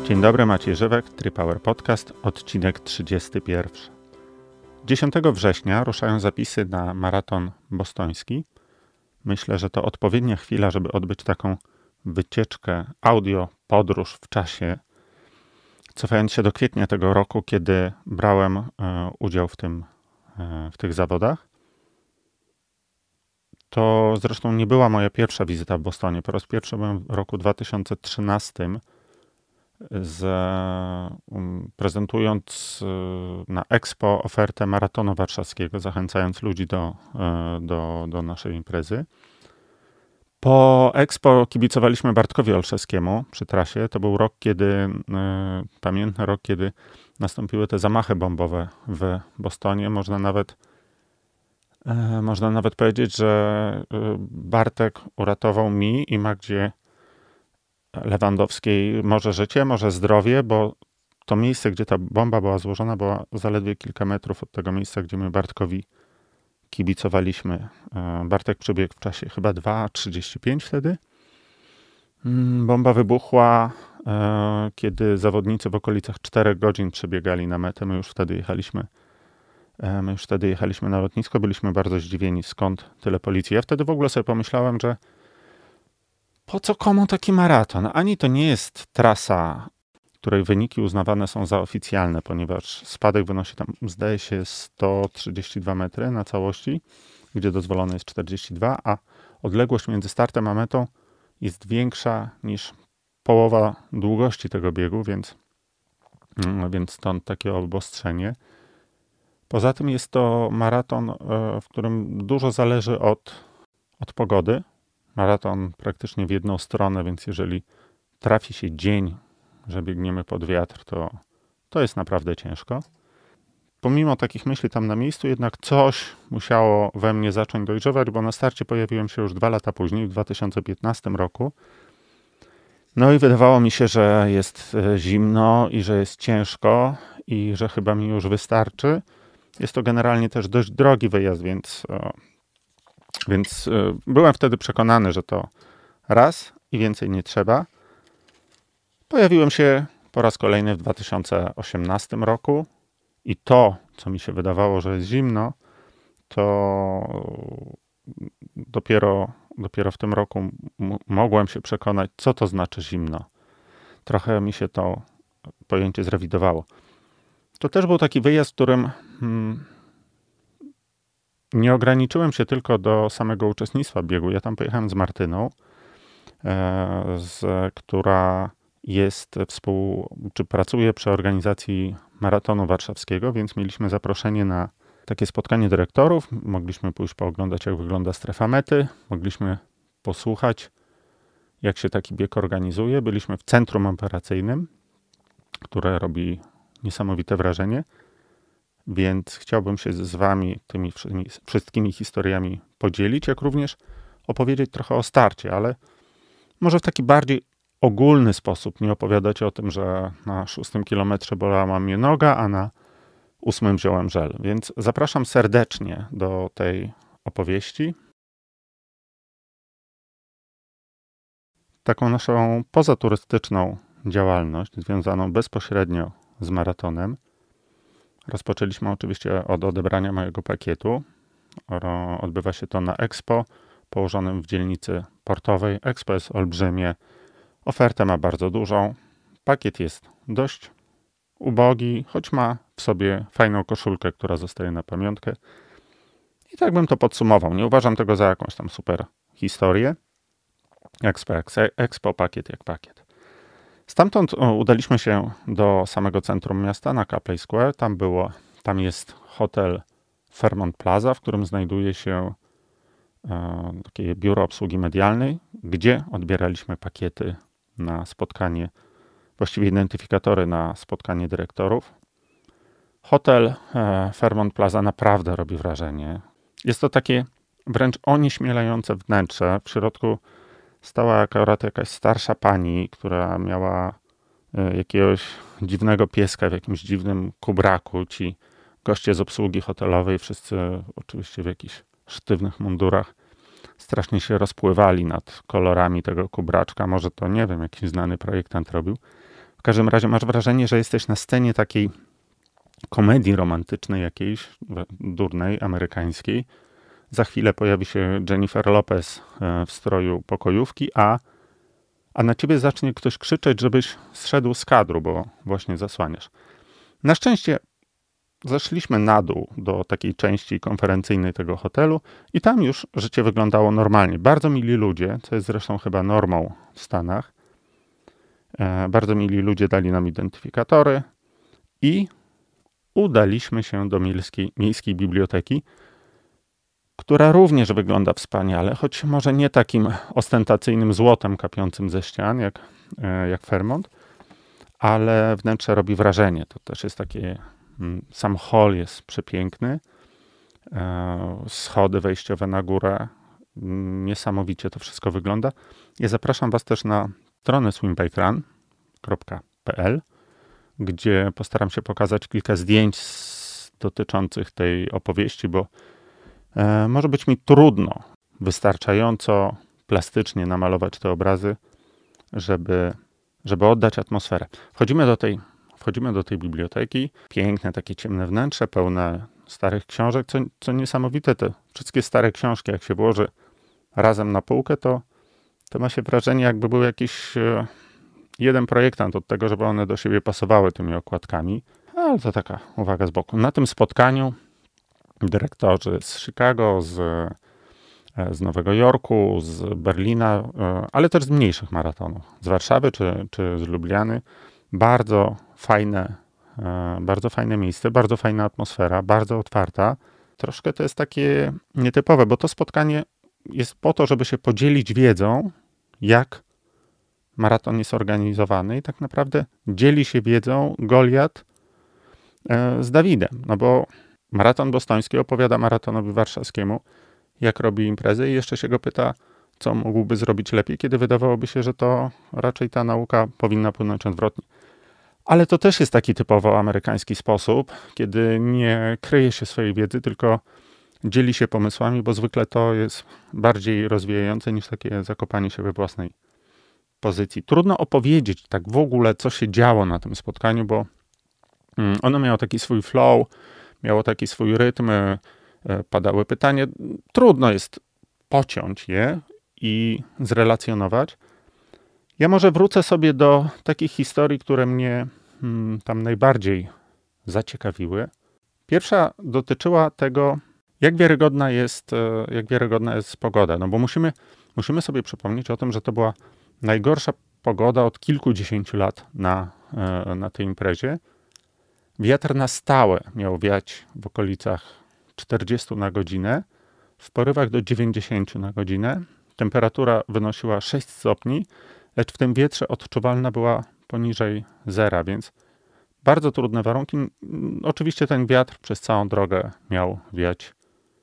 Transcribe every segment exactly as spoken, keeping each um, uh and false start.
Dzień dobry, Maciej Żywek, Tripower Podcast, odcinek trzydziesty pierwszy. dziesiątego września ruszają zapisy na maraton bostoński. Myślę, że to odpowiednia chwila, żeby odbyć taką wycieczkę, audio, podróż w czasie, cofając się do kwietnia tego roku, kiedy brałem e, udział w, tym, e, w tych zawodach. To zresztą nie była moja pierwsza wizyta w Bostonie. Po raz pierwszy byłem w roku dwa tysiące trzynastym, z, um, prezentując y, na Expo ofertę maratonu warszawskiego, zachęcając ludzi do, y, do, do naszej imprezy. Po Expo kibicowaliśmy Bartkowi Olszewskiemu przy trasie. To był rok, kiedy, y, pamiętny rok, kiedy nastąpiły te zamachy bombowe w Bostonie. Można nawet, y, można nawet powiedzieć, że y, Bartek uratował mi i Magdzie Lewandowskiej może życie, może zdrowie, bo to miejsce, gdzie ta bomba była złożona, było zaledwie kilka metrów od tego miejsca, gdzie my Bartkowi kibicowaliśmy. Bartek przebiegł w czasie chyba dwa trzydzieści pięć wtedy. Bomba wybuchła, kiedy zawodnicy w okolicach czterech godzin przebiegali na metę. My już wtedy jechaliśmy, my już wtedy jechaliśmy na lotnisko. Byliśmy bardzo zdziwieni, skąd tyle policji. Ja wtedy w ogóle sobie pomyślałem, że po co komu taki maraton? Ani to nie jest trasa, której wyniki uznawane są za oficjalne, ponieważ spadek wynosi tam, zdaje się, sto trzydzieści dwa metry na całości, gdzie dozwolone jest czterdzieści dwa, a odległość między startem a metą jest większa niż połowa długości tego biegu, więc, więc stąd takie obostrzenie. Poza tym jest to maraton, w którym dużo zależy od, od pogody. Maraton praktycznie w jedną stronę, więc jeżeli trafi się dzień, że biegniemy pod wiatr, to, to jest naprawdę ciężko. Pomimo takich myśli tam na miejscu, jednak coś musiało we mnie zacząć dojrzewać, bo na starcie pojawiłem się już dwa lata później, w dwa tysiące piętnastym roku. No i wydawało mi się, że jest zimno i że jest ciężko i że chyba mi już wystarczy. Jest to generalnie też dość drogi wyjazd, więc... Więc y, byłem wtedy przekonany, że to raz i więcej nie trzeba. Pojawiłem się po raz kolejny w dwa tysiące osiemnastym roku i to, co mi się wydawało, że jest zimno, to dopiero, dopiero w tym roku m- mogłem się przekonać, co to znaczy zimno. Trochę mi się to pojęcie zrewidowało. To też był taki wyjazd, w którym... Hmm, Nie ograniczyłem się tylko do samego uczestnictwa w biegu. Ja tam pojechałem z Martyną, e, z, która jest współ, czy pracuje przy organizacji maratonu warszawskiego, więc mieliśmy zaproszenie na takie spotkanie dyrektorów. Mogliśmy pójść pooglądać, jak wygląda strefa mety. Mogliśmy posłuchać, jak się taki bieg organizuje. Byliśmy w centrum operacyjnym, które robi niesamowite wrażenie. Więc chciałbym się z wami tymi wszystkimi historiami podzielić, jak również opowiedzieć trochę o starcie, ale może w taki bardziej ogólny sposób. Nie opowiadać o tym, że na szóstym kilometrze bolała mnie noga, a na ósmym wziąłem żel. Więc zapraszam serdecznie do tej opowieści. Taką naszą pozaturystyczną działalność, związaną bezpośrednio z maratonem, rozpoczęliśmy oczywiście od odebrania mojego pakietu. Odbywa się to na Expo, położonym w dzielnicy portowej. Expo jest olbrzymie, ofertę ma bardzo dużą. Pakiet jest dość ubogi, choć ma w sobie fajną koszulkę, która zostaje na pamiątkę. I tak bym to podsumował. Nie uważam tego za jakąś tam super historię. Expo, Expo pakiet jak pakiet. Stamtąd udaliśmy się do samego centrum miasta, na Copley Square. Tam było, tam jest hotel Fairmont Plaza, w którym znajduje się e, takie biuro obsługi medialnej, gdzie odbieraliśmy pakiety na spotkanie, właściwie identyfikatory na spotkanie dyrektorów. Hotel e, Fairmont Plaza naprawdę robi wrażenie. Jest to takie wręcz onieśmielające wnętrze. W środku stała akurat jakaś starsza pani, która miała jakiegoś dziwnego pieska w jakimś dziwnym kubraku. Ci goście z obsługi hotelowej, wszyscy oczywiście w jakichś sztywnych mundurach, strasznie się rozpływali nad kolorami tego kubraczka. Może to, nie wiem, jakiś znany projektant robił. W każdym razie masz wrażenie, że jesteś na scenie takiej komedii romantycznej jakiejś, durnej, amerykańskiej. Za chwilę pojawi się Jennifer Lopez w stroju pokojówki, a, a na ciebie zacznie ktoś krzyczeć, żebyś zszedł z kadru, bo właśnie zasłaniasz. Na szczęście zeszliśmy na dół do takiej części konferencyjnej tego hotelu i tam już życie wyglądało normalnie. Bardzo mili ludzie, co jest zresztą chyba normą w Stanach. E, bardzo mili ludzie dali nam identyfikatory i udaliśmy się do miejskiej, miejskiej biblioteki, która również wygląda wspaniale, choć może nie takim ostentacyjnym złotem kapiącym ze ścian, jak, e, jak Fairmont, ale wnętrze robi wrażenie. To też jest takie... Sam hall jest przepiękny. Schody wejściowe na górę. Niesamowicie to wszystko wygląda. Ja zapraszam was też na stronę swim bike run kropka p l, gdzie postaram się pokazać kilka zdjęć dotyczących tej opowieści, bo może być mi trudno wystarczająco plastycznie namalować te obrazy, żeby, żeby oddać atmosferę. Wchodzimy do tej Wchodzimy do tej biblioteki, piękne takie ciemne wnętrze, pełne starych książek, co, co niesamowite, te wszystkie stare książki, jak się włoży razem na półkę, to, to ma się wrażenie, jakby był jakiś e, jeden projektant od tego, żeby one do siebie pasowały tymi okładkami, ale to taka uwaga z boku. Na tym spotkaniu dyrektorzy z Chicago, z, e, z Nowego Jorku, z Berlina, e, ale też z mniejszych maratonów, z Warszawy czy, czy z Lubliany, bardzo fajne, bardzo fajne miejsce, bardzo fajna atmosfera, bardzo otwarta. Troszkę to jest takie nietypowe, bo to spotkanie jest po to, żeby się podzielić wiedzą, jak maraton jest organizowany i tak naprawdę dzieli się wiedzą Goliat z Dawidem, no bo maraton bostoński opowiada maratonowi warszawskiemu, jak robi imprezę i jeszcze się go pyta, co mógłby zrobić lepiej, kiedy wydawałoby się, że to raczej ta nauka powinna płynąć odwrotnie. Ale to też jest taki typowo amerykański sposób, kiedy nie kryje się swojej wiedzy, tylko dzieli się pomysłami, bo zwykle to jest bardziej rozwijające niż takie zakopanie się we własnej pozycji. Trudno opowiedzieć tak w ogóle, co się działo na tym spotkaniu, bo ono miało taki swój flow, miało taki swój rytm, padały pytania. Trudno jest pociąć je i zrelacjonować. Ja może wrócę sobie do takich historii, które mnie hmm, tam najbardziej zaciekawiły. Pierwsza dotyczyła tego, jak wiarygodna jest, jak wiarygodna jest pogoda. No bo musimy, musimy sobie przypomnieć o tym, że to była najgorsza pogoda od kilkudziesięciu lat na, na tej imprezie. Wiatr na stałe miał wiać w okolicach czterdziestu na godzinę, w porywach do dziewięćdziesięciu na godzinę. Temperatura wynosiła sześć stopni, lecz w tym wietrze odczuwalna była poniżej zera, więc bardzo trudne warunki. Oczywiście ten wiatr przez całą drogę miał wiać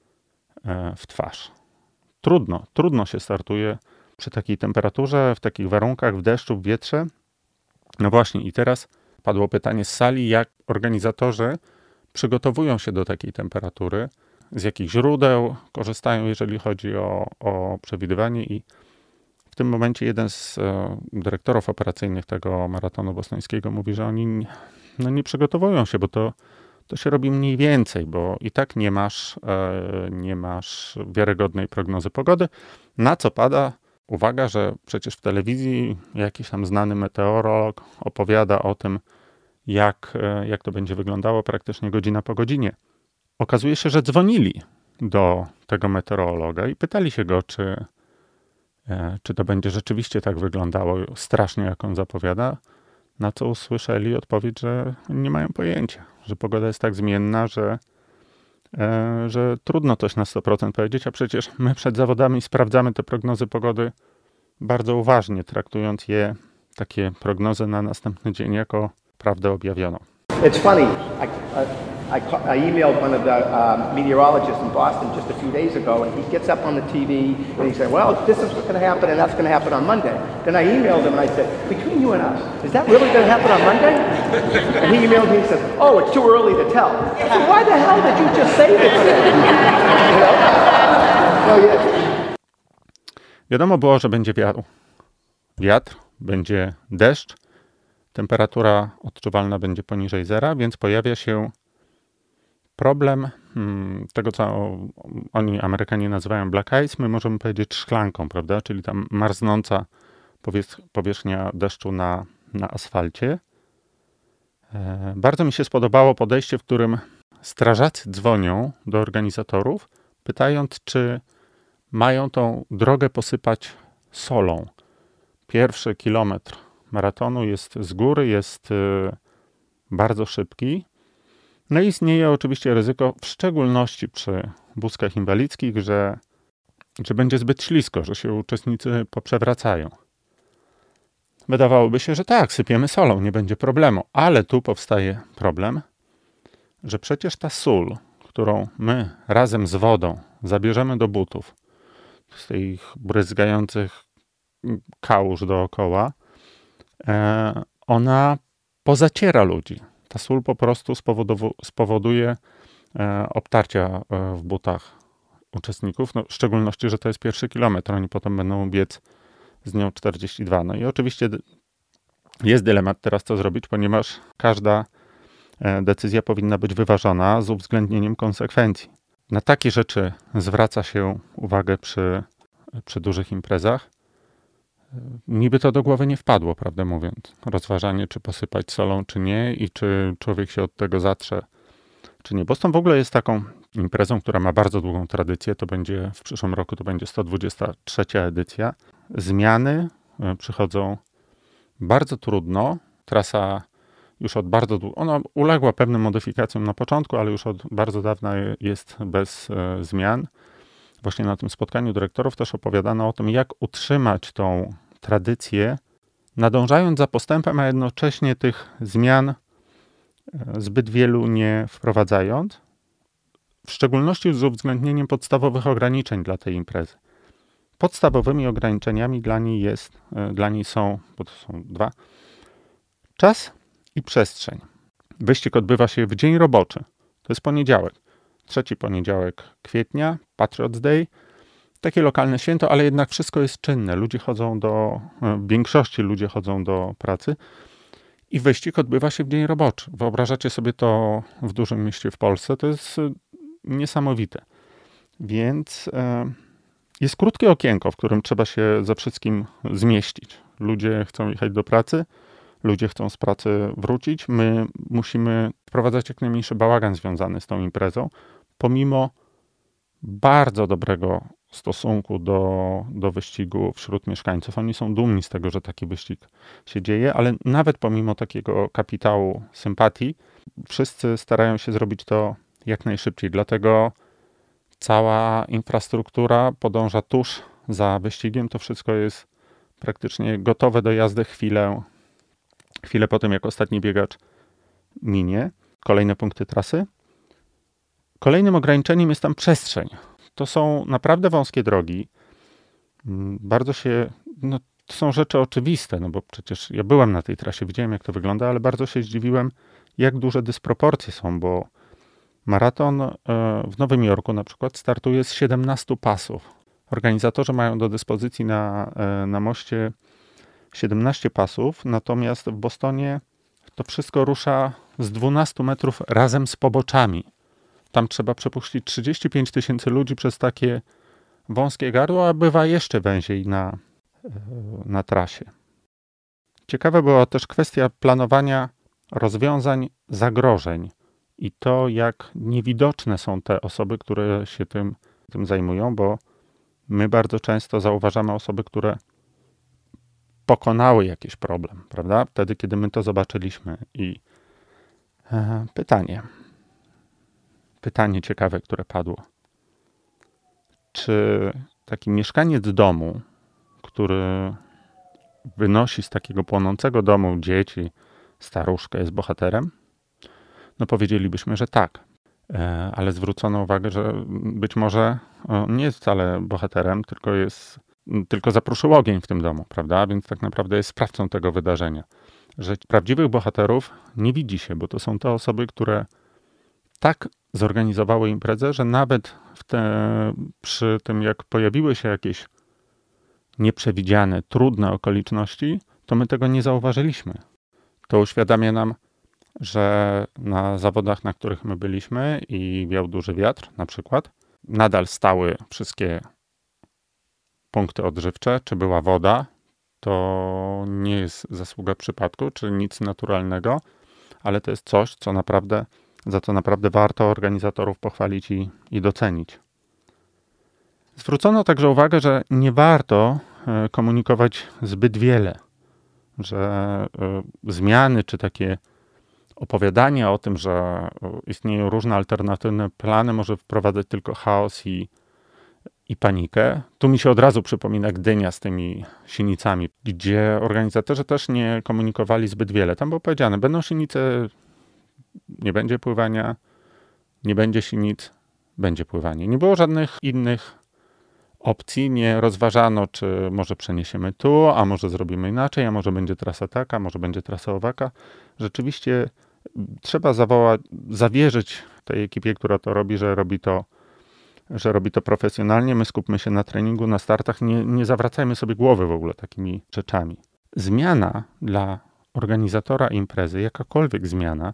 w twarz. Trudno, trudno się startuje przy takiej temperaturze, w takich warunkach, w deszczu, w wietrze. No właśnie i teraz padło pytanie z sali, jak organizatorzy przygotowują się do takiej temperatury, z jakich źródeł korzystają, jeżeli chodzi o, o przewidywanie i w tym momencie jeden z e, dyrektorów operacyjnych tego maratonu bostońskiego mówi, że oni no, nie przygotowują się, bo to, to się robi mniej więcej, bo i tak nie masz, e, nie masz wiarygodnej prognozy pogody. Na co pada uwaga, że przecież w telewizji jakiś tam znany meteorolog opowiada o tym, jak, e, jak to będzie wyglądało praktycznie godzina po godzinie. Okazuje się, że dzwonili do tego meteorologa i pytali się go, czy czy to będzie rzeczywiście tak wyglądało strasznie, jak on zapowiada, na co usłyszeli odpowiedź, że nie mają pojęcia, że pogoda jest tak zmienna, że, e, że trudno coś na sto procent powiedzieć, a przecież my przed zawodami sprawdzamy te prognozy pogody bardzo uważnie, traktując je, takie prognozy na następny dzień, jako prawdę objawioną. It's funny, I, I... I, I emailed one of the uh, meteorologists in Boston just a few days ago, and he gets up on the T V and he said, well, this is what's going to happen and that's going to happen on Monday. Then I emailed him and I said, between you and us, is that really going to happen on Monday? And he emailed me and said, oh, it's too early to tell. I said, why the hell did you just say this? You know? So, yeah. Wiadomo było, że będzie wiatr, wiatr, będzie deszcz, temperatura odczuwalna będzie poniżej zera, więc pojawia się problem hmm, tego, co oni, Amerykanie, nazywają black ice, my możemy powiedzieć szklanką, prawda? Czyli tam marznąca powierzch- powierzchnia deszczu na, na asfalcie. E, bardzo mi się spodobało podejście, w którym strażacy dzwonią do organizatorów, pytając, czy mają tą drogę posypać solą. Pierwszy kilometr maratonu jest z góry, jest y, bardzo szybki. No i istnieje oczywiście ryzyko, w szczególności przy wózkach inwalidzkich, że, że będzie zbyt ślisko, że się uczestnicy poprzewracają. Wydawałoby się, że tak, sypiemy solą, nie będzie problemu, ale tu powstaje problem, że przecież ta sól, którą my razem z wodą zabierzemy do butów, z tych bryzgających kałuż dookoła, e, ona pozaciera ludzi. Ta sól po prostu spowodowu, spowoduje e, obtarcia e, w butach uczestników, no, w szczególności, że to jest pierwszy kilometr, oni potem będą biec z nią czterdzieści dwa. No i oczywiście jest dylemat teraz, co zrobić, ponieważ każda e, decyzja powinna być wyważona z uwzględnieniem konsekwencji. Na takie rzeczy zwraca się uwagę przy, przy dużych imprezach. Niby to do głowy nie wpadło, prawdę mówiąc. Rozważanie, czy posypać solą, czy nie i czy człowiek się od tego zatrze, czy nie. Boston w ogóle jest taką imprezą, która ma bardzo długą tradycję. To będzie w przyszłym roku, to będzie sto dwudziesta trzecia edycja. Zmiany przychodzą bardzo trudno. Trasa już od bardzo długo, ona uległa pewnym modyfikacjom na początku, ale już od bardzo dawna jest bez e, zmian. Właśnie na tym spotkaniu dyrektorów też opowiadano o tym, jak utrzymać tą tradycję, nadążając za postępem, a jednocześnie tych zmian zbyt wielu nie wprowadzając, w szczególności z uwzględnieniem podstawowych ograniczeń dla tej imprezy. Podstawowymi ograniczeniami dla niej jest, dla niej są, bo to są dwa, czas i przestrzeń. Wyścig odbywa się w dzień roboczy, to jest poniedziałek. Trzeci poniedziałek kwietnia, Patriots Day, takie lokalne święto, ale jednak wszystko jest czynne. Ludzie chodzą do, w większości ludzie chodzą do pracy i wyścig odbywa się w dzień roboczy. Wyobrażacie sobie to w dużym mieście w Polsce, to jest niesamowite. Więc e, jest krótkie okienko, w którym trzeba się ze wszystkim zmieścić. Ludzie chcą jechać do pracy, ludzie chcą z pracy wrócić. My musimy wprowadzać jak najmniejszy bałagan związany z tą imprezą, pomimo bardzo dobrego stosunku do, do wyścigu wśród mieszkańców. Oni są dumni z tego, że taki wyścig się dzieje, ale nawet pomimo takiego kapitału sympatii, wszyscy starają się zrobić to jak najszybciej. Dlatego cała infrastruktura podąża tuż za wyścigiem. To wszystko jest praktycznie gotowe do jazdy chwilę, chwilę po tym, jak ostatni biegacz minie. Kolejne punkty trasy. Kolejnym ograniczeniem jest tam przestrzeń. To są naprawdę wąskie drogi. Bardzo się, no, to są rzeczy oczywiste, no bo przecież ja byłem na tej trasie, widziałem jak to wygląda, ale bardzo się zdziwiłem, jak duże dysproporcje są, bo maraton w Nowym Jorku na przykład startuje z siedemnastu pasów. Organizatorzy mają do dyspozycji na, na moście siedemnaście pasów, natomiast w Bostonie to wszystko rusza z dwunastu metrów razem z poboczami. Tam trzeba przepuścić trzydzieści pięć tysięcy ludzi przez takie wąskie gardło, a bywa jeszcze węziej na, na trasie. Ciekawa była też kwestia planowania rozwiązań zagrożeń i to, jak niewidoczne są te osoby, które się tym, tym zajmują, bo my bardzo często zauważamy osoby, które pokonały jakiś problem, prawda? Wtedy, kiedy my to zobaczyliśmy. I e, pytanie, pytanie ciekawe, które padło. Czy taki mieszkaniec domu, który wynosi z takiego płonącego domu dzieci, staruszkę, jest bohaterem? No powiedzielibyśmy, że tak. E, ale zwrócono uwagę, że być może on nie jest wcale bohaterem, tylko jest tylko zapruszył ogień w tym domu, prawda? Więc tak naprawdę jest sprawcą tego wydarzenia. Że prawdziwych bohaterów nie widzi się, bo to są te osoby, które tak zorganizowały imprezę, że nawet w te, przy tym, jak pojawiły się jakieś nieprzewidziane, trudne okoliczności, to my tego nie zauważyliśmy. To uświadamia nam, że na zawodach, na których my byliśmy i wiał duży wiatr na przykład, nadal stały wszystkie punkty odżywcze, czy była woda, to nie jest zasługa przypadku, czy nic naturalnego, ale to jest coś, co naprawdę, za co naprawdę warto organizatorów pochwalić i, i docenić. Zwrócono także uwagę, że nie warto komunikować zbyt wiele, że zmiany czy takie opowiadanie o tym, że istnieją różne alternatywne plany, może wprowadzać tylko chaos i, i panikę. Tu mi się od razu przypomina Gdynia z tymi sinicami, gdzie organizatorzy też nie komunikowali zbyt wiele. Tam było powiedziane, będą sinice, nie będzie pływania, nie będzie sinic, będzie pływanie. Nie było żadnych innych opcji, nie rozważano, czy może przeniesiemy tu, a może zrobimy inaczej, a może będzie trasa taka, może będzie trasa owaka. Rzeczywiście trzeba zawołać, zawierzyć tej ekipie, która to robi, że robi to, że robi to profesjonalnie. My skupmy się na treningu, na startach, nie, nie zawracajmy sobie głowy w ogóle takimi rzeczami. Zmiana dla organizatora imprezy, jakakolwiek zmiana,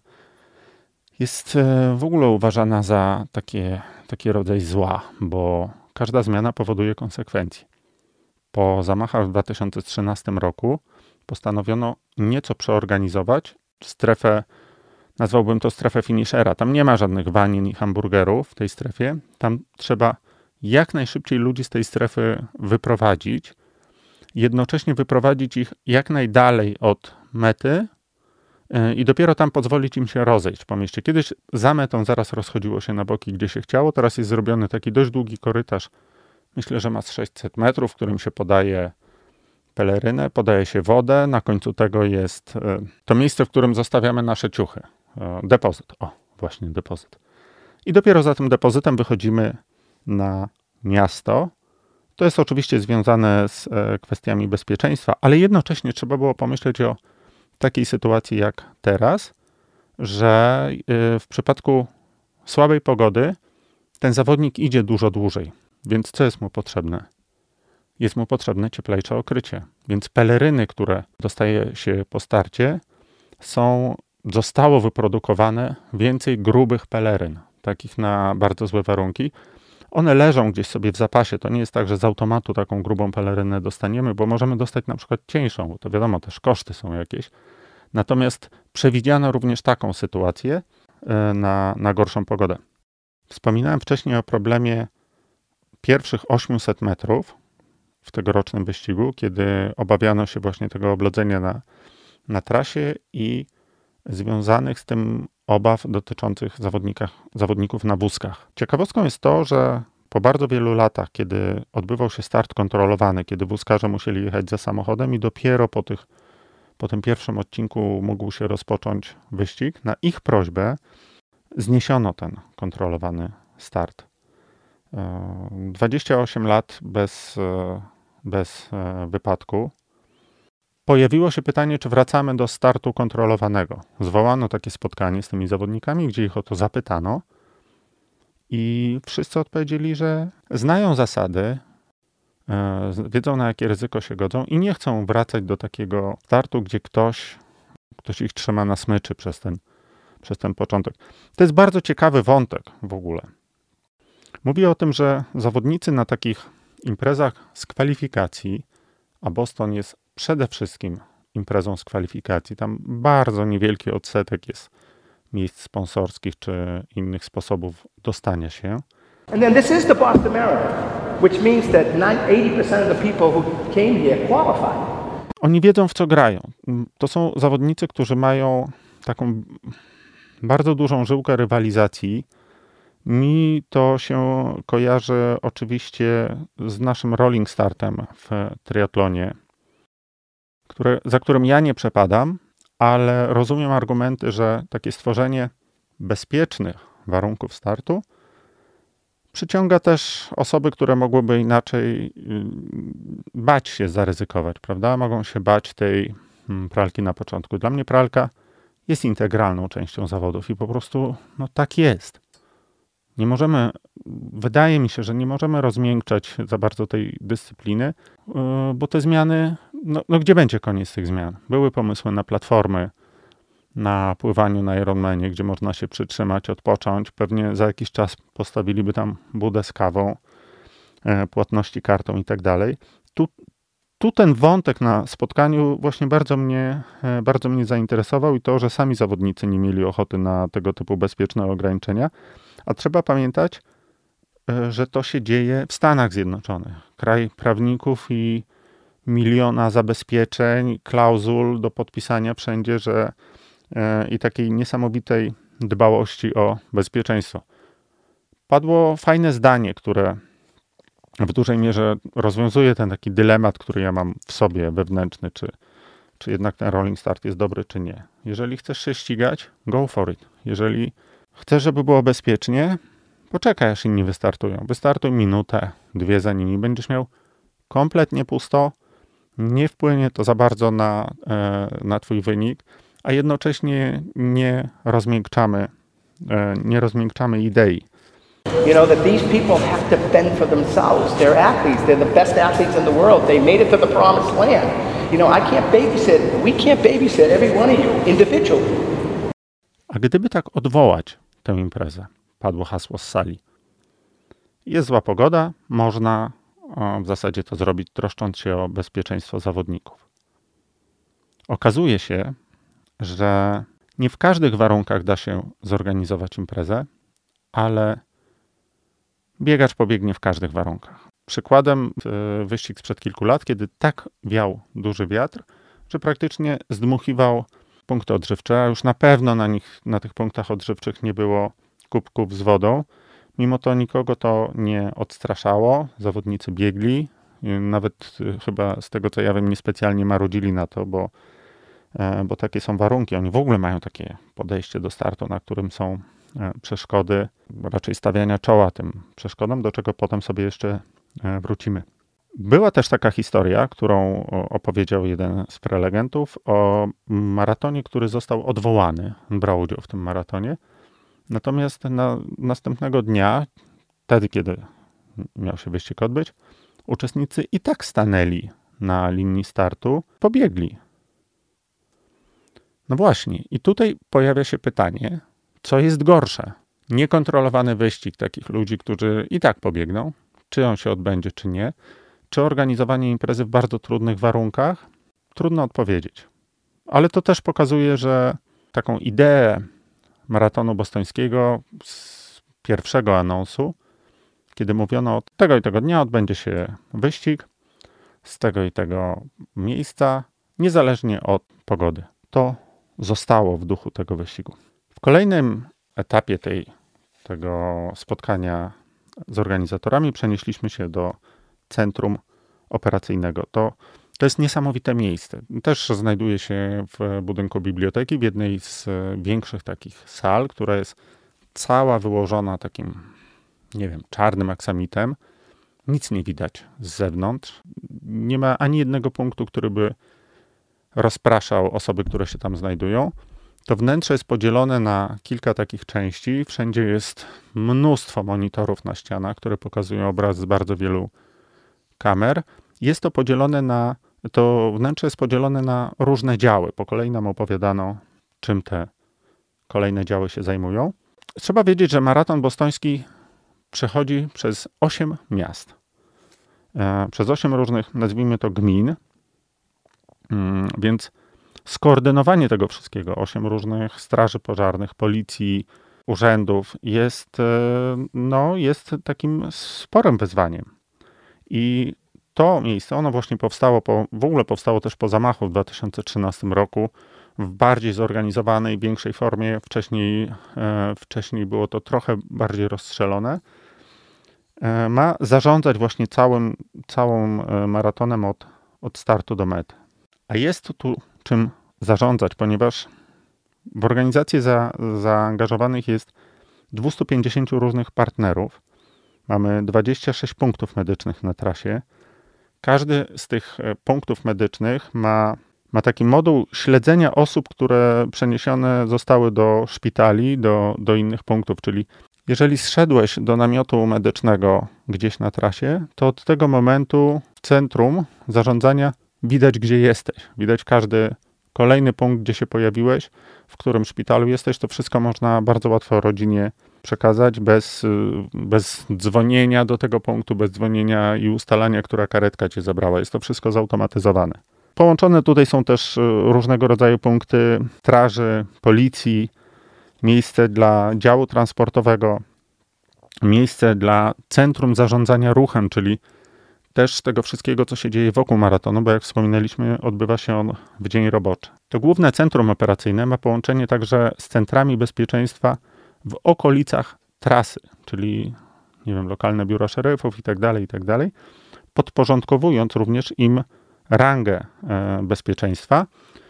jest w ogóle uważana za takie, taki rodzaj zła, bo każda zmiana powoduje konsekwencje. Po zamachach w dwa tysiące trzynastym roku postanowiono nieco przeorganizować strefę, nazwałbym to strefę finishera. Tam nie ma żadnych wanin i hamburgerów w tej strefie. Tam trzeba jak najszybciej ludzi z tej strefy wyprowadzić, jednocześnie wyprowadzić ich jak najdalej od mety i dopiero tam pozwolić im się rozejść po mieście. Kiedyś za metą zaraz rozchodziło się na boki, gdzie się chciało. Teraz jest zrobiony taki dość długi korytarz. Myślę, że ma z sześćset metrów, w którym się podaje pelerynę, podaje się wodę. Na końcu tego jest to miejsce, w którym zostawiamy nasze ciuchy. Depozyt. O, właśnie depozyt. I dopiero za tym depozytem wychodzimy na miasto. To jest oczywiście związane z kwestiami bezpieczeństwa, ale jednocześnie trzeba było pomyśleć o takiej sytuacji jak teraz, że w przypadku słabej pogody ten zawodnik idzie dużo dłużej. Więc co jest mu potrzebne? Jest mu potrzebne cieplejsze okrycie. Więc peleryny, które dostaje się po starcie, są, zostało wyprodukowane więcej grubych peleryn, takich na bardzo złe warunki. One leżą gdzieś sobie w zapasie. To nie jest tak, że z automatu taką grubą pelerynę dostaniemy, bo możemy dostać na przykład cieńszą, bo to wiadomo, też koszty są jakieś. Natomiast przewidziano również taką sytuację na, na gorszą pogodę. Wspominałem wcześniej o problemie pierwszych osiemset metrów w tegorocznym wyścigu, kiedy obawiano się właśnie tego oblodzenia na, na trasie i związanych z tym obaw dotyczących zawodników na wózkach. Ciekawostką jest to, że po bardzo wielu latach, kiedy odbywał się start kontrolowany, kiedy wózkarze musieli jechać za samochodem i dopiero po, tych, po tym pierwszym odcinku mógł się rozpocząć wyścig, na ich prośbę zniesiono ten kontrolowany start. dwadzieścia osiem lat bez, bez wypadku. Pojawiło się pytanie, czy wracamy do startu kontrolowanego. Zwołano takie spotkanie z tymi zawodnikami, gdzie ich o to zapytano i wszyscy odpowiedzieli, że znają zasady, wiedzą, na jakie ryzyko się godzą i nie chcą wracać do takiego startu, gdzie ktoś, ktoś ich trzyma na smyczy przez ten, przez ten początek. To jest bardzo ciekawy wątek w ogóle. Mówię o tym, że zawodnicy na takich imprezach z kwalifikacji, a Boston jest przede wszystkim imprezą z kwalifikacji, tam bardzo niewielki odsetek jest miejsc sponsorskich czy innych sposobów dostania się. And then this is the Boston Marathon, which means that eighty percent of the people who came here qualified. Oni wiedzą, w co grają. To są zawodnicy, którzy mają taką bardzo dużą żyłkę rywalizacji. Mi to się kojarzy oczywiście z naszym rolling startem w triatlonie, które, za którym ja nie przepadam, ale rozumiem argumenty, że takie stworzenie bezpiecznych warunków startu przyciąga też osoby, które mogłyby inaczej bać się zaryzykować, prawda? Mogą się bać tej pralki na początku. Dla mnie pralka jest integralną częścią zawodów i po prostu no tak jest. Nie możemy, wydaje mi się, że nie możemy rozmiękczać za bardzo tej dyscypliny, bo te zmiany, no, no gdzie będzie koniec tych zmian? Były pomysły na platformy na pływaniu na Ironmanie, gdzie można się przytrzymać, odpocząć. Pewnie za jakiś czas postawiliby tam budę z kawą, płatności kartą i tak dalej. Tu, tu ten wątek na spotkaniu właśnie bardzo mnie, bardzo mnie zainteresował i to, że sami zawodnicy nie mieli ochoty na tego typu bezpieczne ograniczenia. A trzeba pamiętać, że to się dzieje w Stanach Zjednoczonych. Kraj prawników i miliona zabezpieczeń, klauzul do podpisania wszędzie, że i takiej niesamowitej dbałości o bezpieczeństwo. Padło fajne zdanie, które w dużej mierze rozwiązuje ten taki dylemat, który ja mam w sobie wewnętrzny, czy, czy jednak ten rolling start jest dobry, czy nie. Jeżeli chcesz się ścigać, go for it. Jeżeli chcesz, żeby było bezpiecznie, poczekaj, aż inni wystartują. Wystartuj minutę, dwie za nimi. Będziesz miał kompletnie pusto, nie wpłynie to za bardzo na, na twój wynik, a jednocześnie nie rozmiękczamy, nie rozmiękczamy idei. You know, that these people have to fend for themselves. They're athletes. They're the best athletes in the world. They made it to the promised land. You know, I can't babysit. We can't babysit every one of you individually. A gdyby tak odwołać tę imprezę, padło hasło z sali. Jest zła pogoda, można o, w zasadzie to zrobić, troszcząc się o bezpieczeństwo zawodników. Okazuje się, że nie w każdych warunkach da się zorganizować imprezę, ale biegacz pobiegnie w każdych warunkach. Przykładem wyścig sprzed kilku lat, kiedy tak wiał duży wiatr, że praktycznie zdmuchiwał punkty odżywcze, a już na pewno na nich, na tych punktach odżywczych nie było kubków z wodą. Mimo to nikogo to nie odstraszało. Zawodnicy biegli. Nawet chyba z tego co ja wiem, niespecjalnie marudzili na to, bo, bo takie są warunki. Oni w ogóle mają takie podejście do startu, na którym są przeszkody, raczej stawiania czoła tym przeszkodom, do czego potem sobie jeszcze wrócimy. Była też taka historia, którą opowiedział jeden z prelegentów o maratonie, który został odwołany. On brał udział w tym maratonie. Natomiast na następnego dnia, wtedy kiedy miał się wyścig odbyć, uczestnicy i tak stanęli na linii startu, pobiegli. No właśnie, i tutaj pojawia się pytanie, co jest gorsze? Niekontrolowany wyścig takich ludzi, którzy i tak pobiegną, czy on się odbędzie, czy nie, czy organizowanie imprezy w bardzo trudnych warunkach? Trudno odpowiedzieć. Ale to też pokazuje, że taką ideę maratonu bostońskiego z pierwszego anonsu, kiedy mówiono od tego i tego dnia odbędzie się wyścig z tego i tego miejsca, niezależnie od pogody. To zostało w duchu tego wyścigu. W kolejnym etapie tej, tego spotkania z organizatorami przenieśliśmy się do centrum operacyjnego. To, to jest niesamowite miejsce. Też znajduje się w budynku biblioteki, w jednej z większych takich sal, która jest cała wyłożona takim, nie wiem, czarnym aksamitem. Nic nie widać z zewnątrz. Nie ma ani jednego punktu, który by rozpraszał osoby, które się tam znajdują. To wnętrze jest podzielone na kilka takich części. Wszędzie jest mnóstwo monitorów na ścianach, które pokazują obraz z bardzo wielu kamer. Jest to podzielone na, to wnętrze jest podzielone na różne działy. Po kolei nam opowiadano, czym te kolejne działy się zajmują. Trzeba wiedzieć, że maraton bostoński przechodzi przez osiem miast. E, przez osiem różnych, nazwijmy to, gmin. Mm, więc skoordynowanie tego wszystkiego, osiem różnych straży pożarnych, policji, urzędów jest, no, jest takim sporym wyzwaniem. I to miejsce, ono właśnie powstało, po, w ogóle powstało też po zamachu w dwa tysiące trzynastym roku w bardziej zorganizowanej, większej formie. Wcześniej, e, wcześniej było to trochę bardziej rozstrzelone. E, ma zarządzać właśnie całym, całym maratonem od, od startu do mety. A jest tu czym zarządzać, ponieważ w organizacji za, zaangażowanych jest dwieście pięćdziesiąt różnych partnerów. Mamy dwadzieścia sześć punktów medycznych na trasie. Każdy z tych punktów medycznych ma, ma taki moduł śledzenia osób, które przeniesione zostały do szpitali, do, do innych punktów, czyli jeżeli zszedłeś do namiotu medycznego gdzieś na trasie, to od tego momentu w centrum zarządzania widać, gdzie jesteś. Widać każdy kolejny punkt, gdzie się pojawiłeś, w którym szpitalu jesteś, to wszystko można bardzo łatwo rodzinie przekazać bez, bez dzwonienia do tego punktu, bez dzwonienia i ustalania, która karetka cię zabrała. Jest to wszystko zautomatyzowane. Połączone tutaj są też różnego rodzaju punkty straży, policji, miejsce dla działu transportowego, miejsce dla centrum zarządzania ruchem, czyli też tego wszystkiego, co się dzieje wokół maratonu, bo jak wspominaliśmy, odbywa się on w dzień roboczy. To główne centrum operacyjne ma połączenie także z centrami bezpieczeństwa w okolicach trasy, czyli nie wiem, lokalne biuro szeryfów i tak dalej, i tak dalej, podporządkowując również im rangę e, bezpieczeństwa.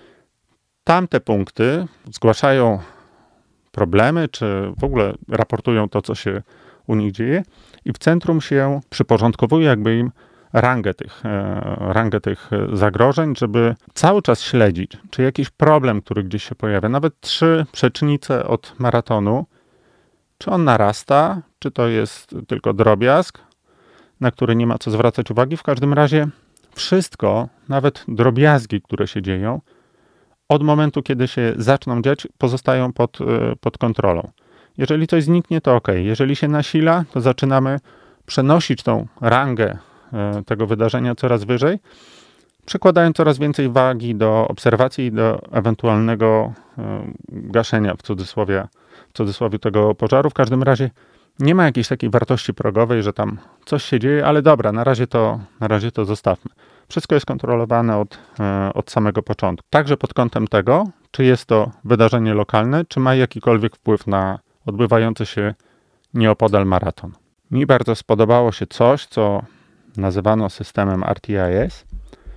Tamte punkty zgłaszają problemy, czy w ogóle raportują to, co się u nich dzieje i w centrum się przyporządkowuje jakby im rangę tych, e, rangę tych zagrożeń, żeby cały czas śledzić, czy jakiś problem, który gdzieś się pojawia, nawet trzy przecznice od maratonu, czy on narasta, czy to jest tylko drobiazg, na który nie ma co zwracać uwagi. W każdym razie wszystko, nawet drobiazgi, które się dzieją, od momentu, kiedy się zaczną dziać, pozostają pod, pod kontrolą. Jeżeli coś zniknie, to ok. Jeżeli się nasila, to zaczynamy przenosić tą rangę tego wydarzenia coraz wyżej, przykładając coraz więcej wagi do obserwacji i do ewentualnego gaszenia w cudzysłowie, w cudzysłowie tego pożaru. W każdym razie nie ma jakiejś takiej wartości progowej, że tam coś się dzieje, ale dobra, na razie to, na razie to zostawmy. Wszystko jest kontrolowane od, od samego początku. Także pod kątem tego, czy jest to wydarzenie lokalne, czy ma jakikolwiek wpływ na odbywający się nieopodal maraton. Mi bardzo spodobało się coś, co nazywano systemem R T I S.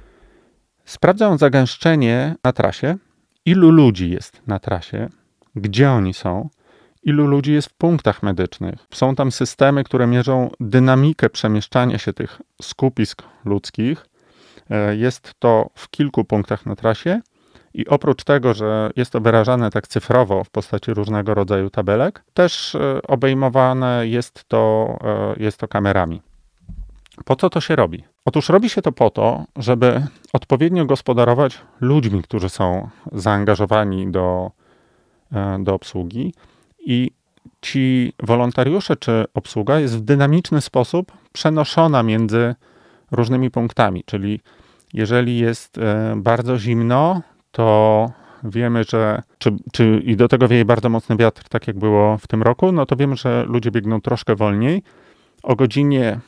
Sprawdza on zagęszczenie na trasie, ilu ludzi jest na trasie, gdzie oni są, ilu ludzi jest w punktach medycznych. Są tam systemy, które mierzą dynamikę przemieszczania się tych skupisk ludzkich. Jest to w kilku punktach na trasie i oprócz tego, że jest to wyrażane tak cyfrowo w postaci różnego rodzaju tabelek, też obejmowane jest to, jest to kamerami. Po co to się robi? Otóż robi się to po to, żeby odpowiednio gospodarować ludźmi, którzy są zaangażowani do, do obsługi i ci wolontariusze czy obsługa jest w dynamiczny sposób przenoszona między różnymi punktami, czyli jeżeli jest bardzo zimno, to wiemy, że czy, czy i do tego wieje bardzo mocny wiatr, tak jak było w tym roku, no to wiemy, że ludzie biegną troszkę wolniej. O godzinie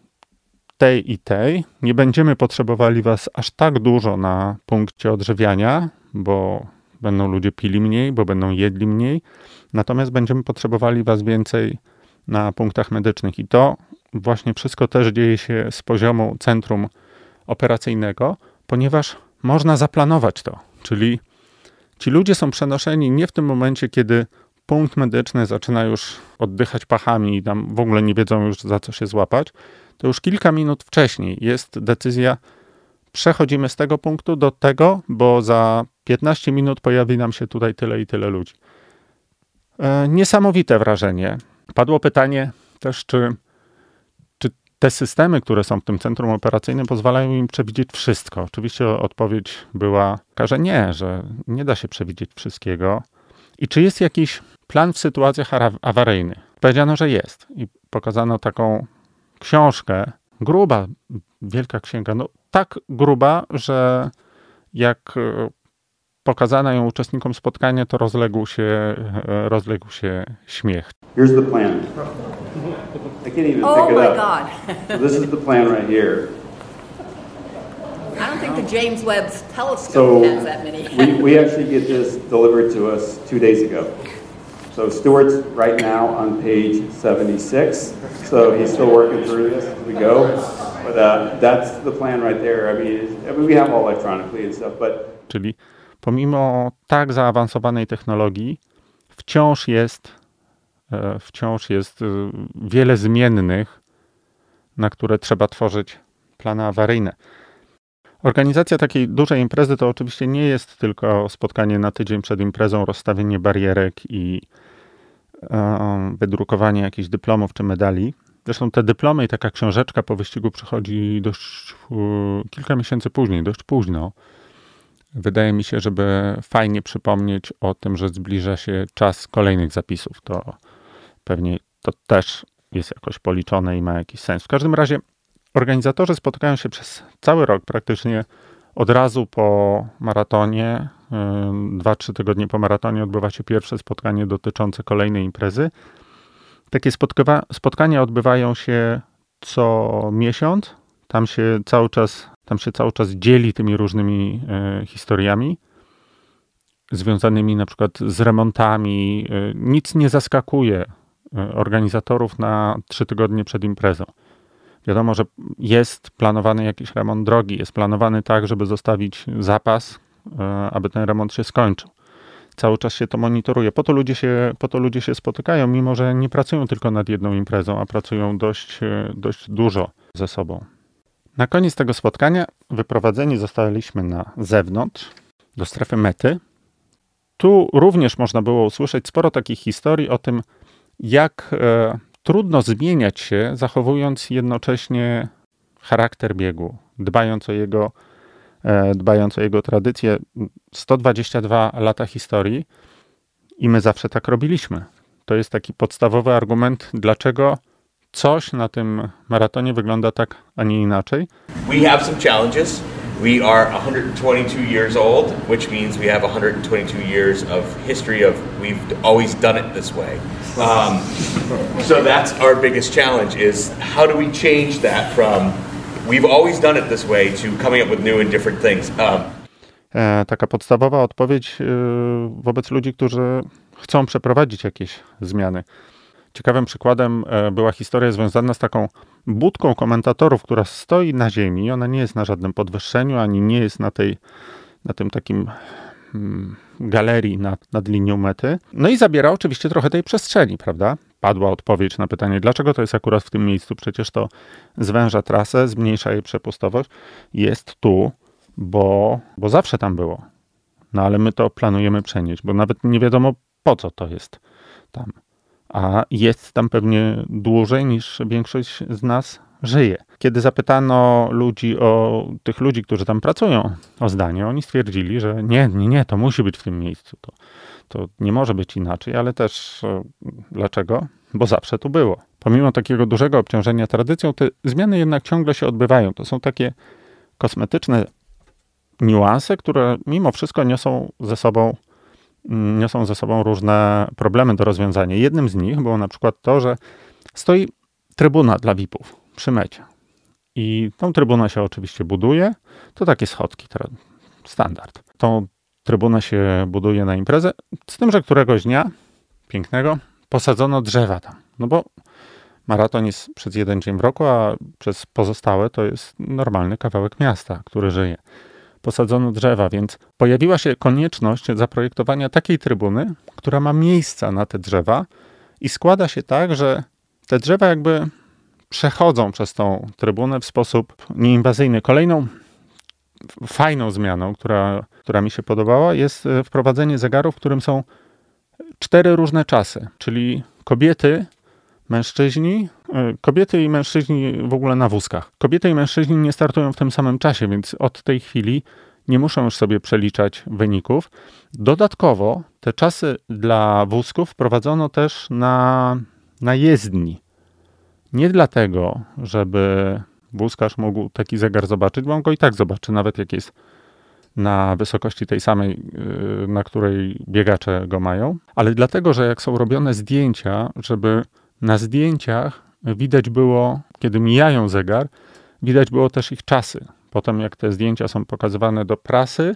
tej i tej nie będziemy potrzebowali was aż tak dużo na punkcie odżywiania, bo będą ludzie pili mniej, bo będą jedli mniej, natomiast będziemy potrzebowali was więcej na punktach medycznych i to właśnie wszystko też dzieje się z poziomu centrum operacyjnego, ponieważ można zaplanować to, czyli ci ludzie są przenoszeni nie w tym momencie, kiedy punkt medyczny zaczyna już oddychać pachami i tam w ogóle nie wiedzą już za co się złapać, to już kilka minut wcześniej jest decyzja, przechodzimy z tego punktu do tego, bo za piętnaście minut pojawi nam się tutaj tyle i tyle ludzi. E, niesamowite wrażenie. Padło pytanie też, czy, czy te systemy, które są w tym centrum operacyjnym, pozwalają im przewidzieć wszystko. Oczywiście odpowiedź była taka, że nie, że nie da się przewidzieć wszystkiego. I czy jest jakiś plan w sytuacjach awaryjnych? Powiedziano, że jest. I pokazano taką książkę, gruba, wielka księga, no tak gruba, że jak pokazano ją uczestnikom spotkania, to rozległ się, rozległ się śmiech. Here's the plan. I can't even oh pick it my up. God. So this is the plan right here. I don't think the James Webb telescope So has that many. we, we actually get this delivered to us two days ago. So Stuart's right now on page seventy-six. So he's still working through this as we go. But uh, that's the plan right there. I mean, I mean, we have all electronically and stuff, but... Czyli pomimo tak zaawansowanej technologii wciąż jest, wciąż jest wiele zmiennych, na które trzeba tworzyć plany awaryjne. Organizacja takiej dużej imprezy to oczywiście nie jest tylko spotkanie na tydzień przed imprezą, rozstawienie barierek i um, wydrukowanie jakichś dyplomów czy medali. Zresztą te dyplomy i taka książeczka po wyścigu przychodzi dość uh, kilka miesięcy później, dość późno. wydaje mi się, żeby fajnie przypomnieć o tym, że zbliża się czas kolejnych zapisów. To pewnie to też jest jakoś policzone i ma jakiś sens. W każdym razie organizatorzy spotykają się przez cały rok, praktycznie od razu po maratonie, dwa, trzy tygodnie po maratonie odbywa się pierwsze spotkanie dotyczące kolejnej imprezy. Takie spotka- spotkania odbywają się co miesiąc. Tam się cały czas, tam się cały czas dzieli tymi różnymi e, historiami związanymi na przykład z remontami. E, nic nie zaskakuje e, organizatorów na trzy tygodnie przed imprezą. Wiadomo, że jest planowany jakiś remont drogi, jest planowany tak, żeby zostawić zapas, e, aby ten remont się skończył. Cały czas się to monitoruje. Po to ludzie się, po to ludzie się spotykają, mimo że nie pracują tylko nad jedną imprezą, a pracują dość, dość dużo ze sobą. Na koniec tego spotkania wyprowadzeni zostaliśmy na zewnątrz, do strefy mety. Tu również można było usłyszeć sporo takich historii o tym, jak e, trudno zmieniać się, zachowując jednocześnie charakter biegu, dbając o jego dbając o jego tradycję. sto dwadzieścia dwa lata historii i my zawsze tak robiliśmy. To jest taki podstawowy argument, dlaczego coś na tym maratonie wygląda tak, a nie inaczej. We have some challenges. We are one hundred twenty-two years old, which means we have one hundred twenty-two years of history of we've always done it this way. Um, so that's our biggest challenge is how do we change that from we've always done it this way to coming up with new and different things. Um. E, taka podstawowa odpowiedź e, wobec ludzi, którzy chcą przeprowadzić jakieś zmiany. Ciekawym przykładem e, była historia związana z taką budką komentatorów, która stoi na ziemi. Ona nie jest na żadnym podwyższeniu, ani nie jest na tej, na tym takim mm, galerii nad, nad linią mety. No i zabiera oczywiście trochę tej przestrzeni, prawda? Padła odpowiedź na pytanie, dlaczego to jest akurat w tym miejscu. Przecież to zwęża trasę, zmniejsza jej przepustowość. Jest tu, bo, bo zawsze tam było. No ale my to planujemy przenieść, bo nawet nie wiadomo, po co to jest tam. A jest tam pewnie dłużej niż większość z nas żyje. Kiedy zapytano ludzi o tych ludzi, którzy tam pracują, o zdanie, oni stwierdzili, że nie, nie, nie, to musi być w tym miejscu. To, to nie może być inaczej, ale też e, dlaczego? Bo zawsze tu było. Pomimo takiego dużego obciążenia tradycją, te zmiany jednak ciągle się odbywają. To są takie kosmetyczne niuanse, które mimo wszystko niosą ze sobą niosą ze sobą różne problemy do rozwiązania. Jednym z nich było na przykład to, że stoi trybuna dla V I P-ów przy mecie. I tą trybunę się oczywiście buduje. To takie schodki, standard. Tą trybunę się buduje na imprezę, z tym, że któregoś dnia pięknego posadzono drzewa tam. No bo maraton jest przez jeden dzień w roku, a przez pozostałe to jest normalny kawałek miasta, który żyje. Posadzono drzewa, więc pojawiła się konieczność zaprojektowania takiej trybuny, która ma miejsca na te drzewa i składa się tak, że te drzewa jakby przechodzą przez tą trybunę w sposób nieinwazyjny. Kolejną fajną zmianą, która, która mi się podobała, jest wprowadzenie zegaru, w którym są cztery różne czasy, czyli kobiety, mężczyźni, kobiety i mężczyźni w ogóle na wózkach. Kobiety i mężczyźni nie startują w tym samym czasie, więc od tej chwili nie muszą już sobie przeliczać wyników. Dodatkowo te czasy dla wózków wprowadzono też na, na jezdni. Nie dlatego, żeby wózkarz mógł taki zegar zobaczyć, bo on go i tak zobaczy, nawet jak jest na wysokości tej samej, na której biegacze go mają, ale dlatego, że jak są robione zdjęcia, żeby na zdjęciach widać było, kiedy mijają zegar, widać było też ich czasy. Potem jak te zdjęcia są pokazywane do prasy,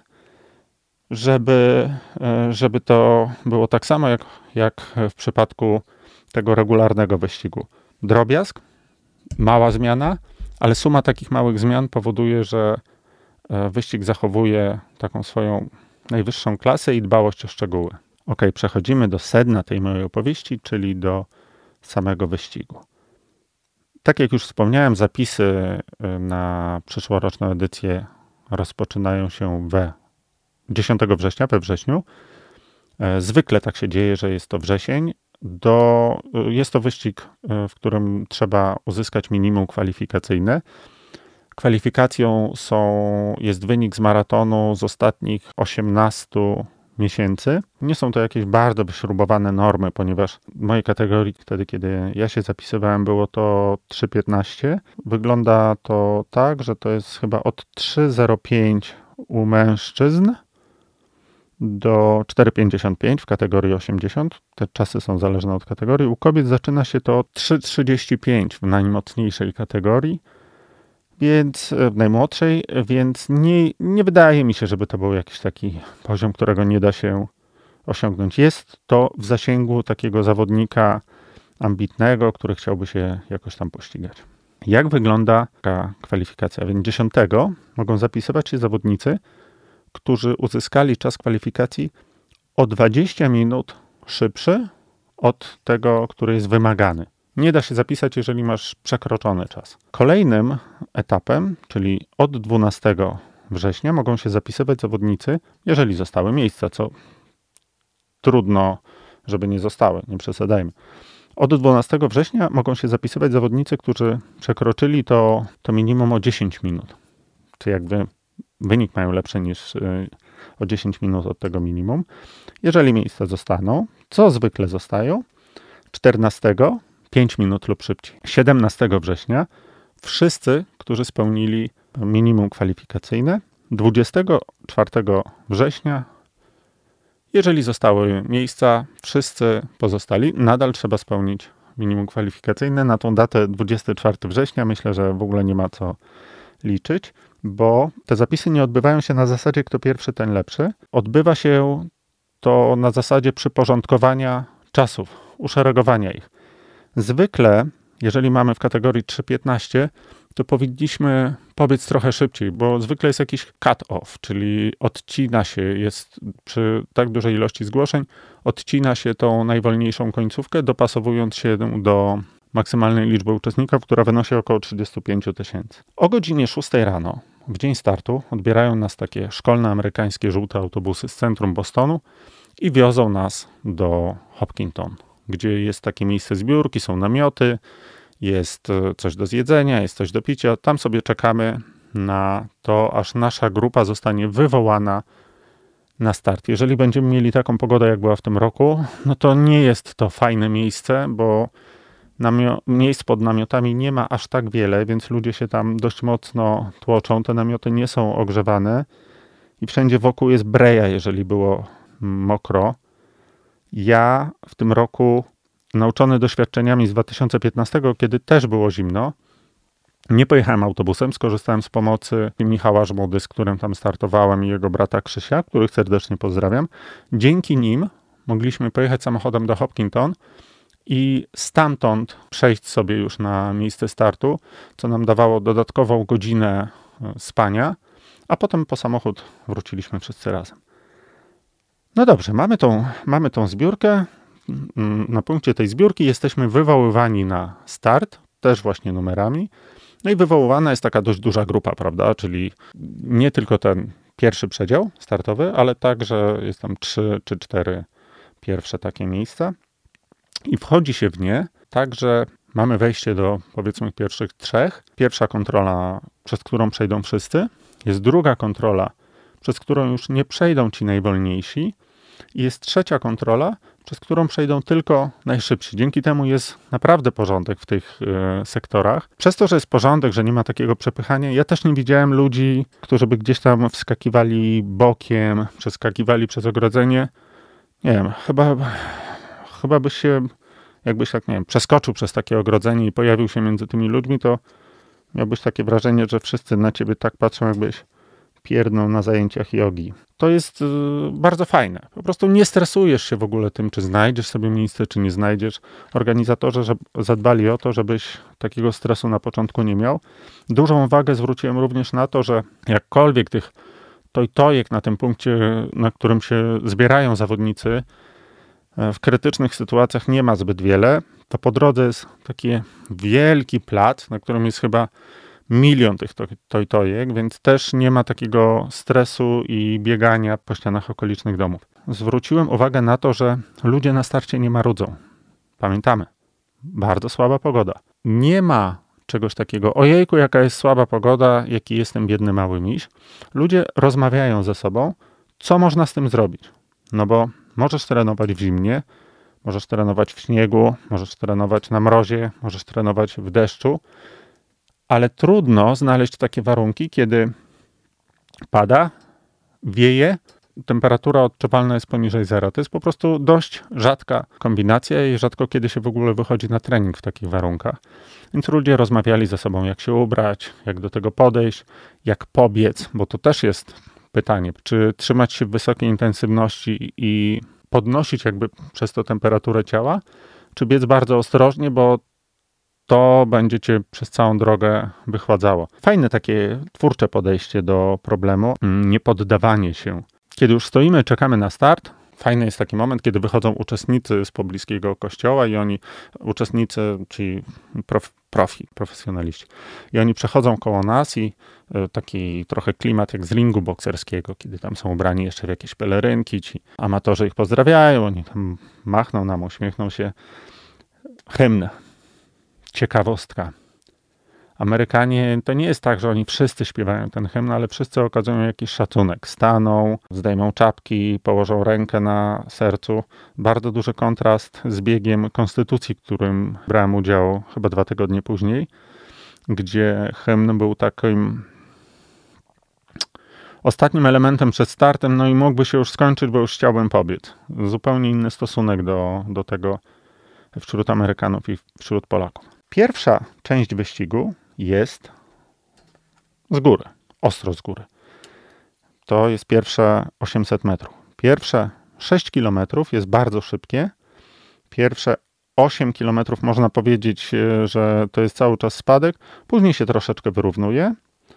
żeby, żeby to było tak samo jak, jak w przypadku tego regularnego wyścigu. Drobiazg, mała zmiana, ale suma takich małych zmian powoduje, że wyścig zachowuje taką swoją najwyższą klasę i dbałość o szczegóły. Ok, przechodzimy do sedna tej mojej opowieści, czyli do samego wyścigu. Tak jak już wspomniałem, zapisy na przyszłoroczną edycję rozpoczynają się we dziesiątego września, we wrześniu. Zwykle tak się dzieje, że jest to wrzesień. Do, jest to wyścig, w którym trzeba uzyskać minimum kwalifikacyjne. Kwalifikacją są, jest wynik z maratonu z ostatnich osiemnastu miesięcy. Nie są to jakieś bardzo wyśrubowane normy, ponieważ w mojej kategorii, wtedy kiedy ja się zapisywałem, było to trzy piętnaście. Wygląda to tak, że to jest chyba od trzy zero pięć u mężczyzn do cztery pięćdziesiąt pięć w kategorii osiemdziesiąt. Te czasy są zależne od kategorii. U kobiet zaczyna się to od trzy trzydzieści pięć w najmocniejszej kategorii, więc w najmłodszej, więc nie, nie wydaje mi się, żeby to był jakiś taki poziom, którego nie da się osiągnąć. Jest to w zasięgu takiego zawodnika ambitnego, który chciałby się jakoś tam pościgać. Jak wygląda taka kwalifikacja? Więc dziesiątego mogą zapisywać się zawodnicy, którzy uzyskali czas kwalifikacji o dwadzieścia minut szybszy od tego, który jest wymagany. Nie da się zapisać, jeżeli masz przekroczony czas. Kolejnym etapem, czyli od dwunastego września, mogą się zapisywać zawodnicy, jeżeli zostały miejsca, co trudno, żeby nie zostały, nie przesadzajmy. Od dwunastego września mogą się zapisywać zawodnicy, którzy przekroczyli to, to minimum o dziesięć minut. Czy jakby wynik mają lepszy niż yy, o dziesięć minut od tego minimum. Jeżeli miejsca zostaną, co zwykle zostają, czternastego pięć minut lub szybciej. siedemnastego września wszyscy, którzy spełnili minimum kwalifikacyjne. dwudziestego czwartego września, jeżeli zostały miejsca, wszyscy pozostali, nadal trzeba spełnić minimum kwalifikacyjne. Na tą datę dwudziestego czwartego września myślę, że w ogóle nie ma co liczyć, bo te zapisy nie odbywają się na zasadzie kto pierwszy, ten lepszy. Odbywa się to na zasadzie przyporządkowania czasów, uszeregowania ich. Zwykle, jeżeli mamy w kategorii trzy piętnaście, to powinniśmy pobiec trochę szybciej, bo zwykle jest jakiś cut-off, czyli odcina się, jest przy tak dużej ilości zgłoszeń, odcina się tą najwolniejszą końcówkę, dopasowując się do maksymalnej liczby uczestników, która wynosi około trzydzieści pięć tysięcy. O godzinie szóstej rano, w dzień startu, odbierają nas takie szkolne amerykańskie żółte autobusy z centrum Bostonu i wiozą nas do Hopkinton, gdzie jest takie miejsce zbiórki, są namioty, jest coś do zjedzenia, jest coś do picia. Tam sobie czekamy na to, aż nasza grupa zostanie wywołana na start. Jeżeli będziemy mieli taką pogodę, jak była w tym roku, no to nie jest to fajne miejsce, bo namio- miejsc pod namiotami nie ma aż tak wiele, więc ludzie się tam dość mocno tłoczą. Te namioty nie są ogrzewane i wszędzie wokół jest breja, jeżeli było mokro. Ja w tym roku, nauczony doświadczeniami z dwa tysiące piętnastego, kiedy też było zimno, nie pojechałem autobusem, skorzystałem z pomocy Michała Żmudy, z którym tam startowałem, i jego brata Krzysia, których serdecznie pozdrawiam. Dzięki nim mogliśmy pojechać samochodem do Hopkinton i stamtąd przejść sobie już na miejsce startu, co nam dawało dodatkową godzinę spania, a potem po samochód wróciliśmy wszyscy razem. No dobrze, mamy tą, mamy tą zbiórkę. Na punkcie tej zbiórki jesteśmy wywoływani na start, też właśnie numerami. No i wywoływana jest taka dość duża grupa, prawda? Czyli nie tylko ten pierwszy przedział startowy, ale także jest tam trzy czy cztery pierwsze takie miejsca. I wchodzi się w nie tak, że mamy wejście do, powiedzmy, pierwszych trzech. Pierwsza kontrola, przez którą przejdą wszyscy. Jest druga kontrola, przez którą już nie przejdą ci najwolniejsi. I jest trzecia kontrola, przez którą przejdą tylko najszybsi. Dzięki temu jest naprawdę porządek w tych y, sektorach. Przez to, że jest porządek, że nie ma takiego przepychania, ja też nie widziałem ludzi, którzy by gdzieś tam wskakiwali bokiem, przeskakiwali przez ogrodzenie. Nie wiem, chyba, chyba byś się, jakbyś tak, nie wiem, przeskoczył przez takie ogrodzenie i pojawił się między tymi ludźmi, to miałbyś takie wrażenie, że wszyscy na ciebie tak patrzą, jakbyś pierdnął na zajęciach jogi. To jest y, bardzo fajne. Po prostu nie stresujesz się w ogóle tym, czy znajdziesz sobie miejsce, czy nie znajdziesz. Organizatorzy że zadbali o to, żebyś takiego stresu na początku nie miał. Dużą uwagę zwróciłem również na to, że jakkolwiek tych toj-tojek na tym punkcie, na którym się zbierają zawodnicy, w krytycznych sytuacjach nie ma zbyt wiele, to po drodze jest taki wielki plac, na którym jest chyba milion tych toj-tojek, więc też nie ma takiego stresu i biegania po ścianach okolicznych domów. Zwróciłem uwagę na to, że ludzie na starcie nie marudzą. Pamiętamy, bardzo słaba pogoda. Nie ma czegoś takiego, ojejku, jaka jest słaba pogoda, jaki jestem biedny mały miś. Ludzie rozmawiają ze sobą, co można z tym zrobić. No bo możesz trenować w zimnie, możesz trenować w śniegu, możesz trenować na mrozie, możesz trenować w deszczu, ale trudno znaleźć takie warunki, kiedy pada, wieje, temperatura odczuwalna jest poniżej zera. To jest po prostu dość rzadka kombinacja i rzadko kiedy się w ogóle wychodzi na trening w takich warunkach. Więc ludzie rozmawiali ze sobą, jak się ubrać, jak do tego podejść, jak pobiec, bo to też jest pytanie, czy trzymać się w wysokiej intensywności i podnosić jakby przez to temperaturę ciała, czy biec bardzo ostrożnie, bo to będzie cię przez całą drogę wychładzało. Fajne takie twórcze podejście do problemu, nie poddawanie się. Kiedy już stoimy, czekamy na start, fajny jest taki moment, kiedy wychodzą uczestnicy z pobliskiego kościoła i oni, uczestnicy, czyli prof, profi, profesjonaliści, i oni przechodzą koło nas i y, taki trochę klimat jak z ringu bokserskiego, kiedy tam są ubrani jeszcze w jakieś pelerynki, ci amatorzy ich pozdrawiają, oni tam machną nam, uśmiechną się. Hymn. Ciekawostka. Amerykanie, to nie jest tak, że oni wszyscy śpiewają ten hymn, ale wszyscy okazują jakiś szacunek. Staną, zdejmą czapki, położą rękę na sercu. Bardzo duży kontrast z biegiem Konstytucji, którym brałem udział chyba dwa tygodnie później, gdzie hymn był takim ostatnim elementem przed startem, no i mógłby się już skończyć, bo już chciałbym pobiec. Zupełnie inny stosunek do, do tego wśród Amerykanów i wśród Polaków. Pierwsza część wyścigu jest z góry, ostro z góry. To jest pierwsze osiemset metrów. Pierwsze sześć kilometrów jest bardzo szybkie. Pierwsze osiem kilometrów można powiedzieć, że to jest cały czas spadek. Później się troszeczkę wyrównuje.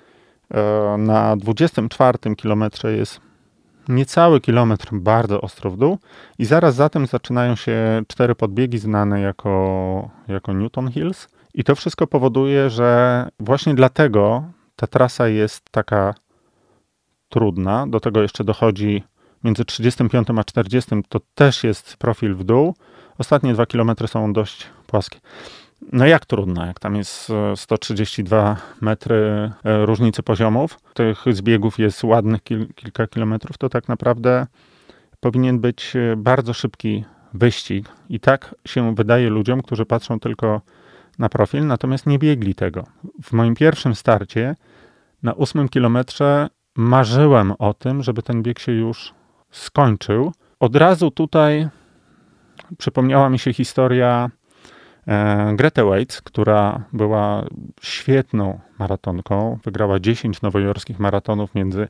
Na dwudziestym czwartym kilometrze jest niecały kilometr bardzo ostro w dół i zaraz za tym zaczynają się cztery podbiegi znane jako, jako Newton Hills. I to wszystko powoduje, że właśnie dlatego ta trasa jest taka trudna. Do tego jeszcze dochodzi między trzydziestym piątym a czterdziestym, to też jest profil w dół. Ostatnie dwa kilometry są dość płaskie. No jak trudna, jak tam jest sto trzydzieści dwa metry różnicy poziomów, tych zbiegów jest ładnych kil, kilka kilometrów, to tak naprawdę powinien być bardzo szybki wyścig. I tak się wydaje ludziom, którzy patrzą tylko na profil, natomiast nie biegli tego. W moim pierwszym starcie na ósmym kilometrze marzyłem o tym, żeby ten bieg się już skończył. Od razu tutaj przypomniała mi się historia e, Grety Waitz, która była świetną maratonką. Wygrała dziesięć nowojorskich maratonów między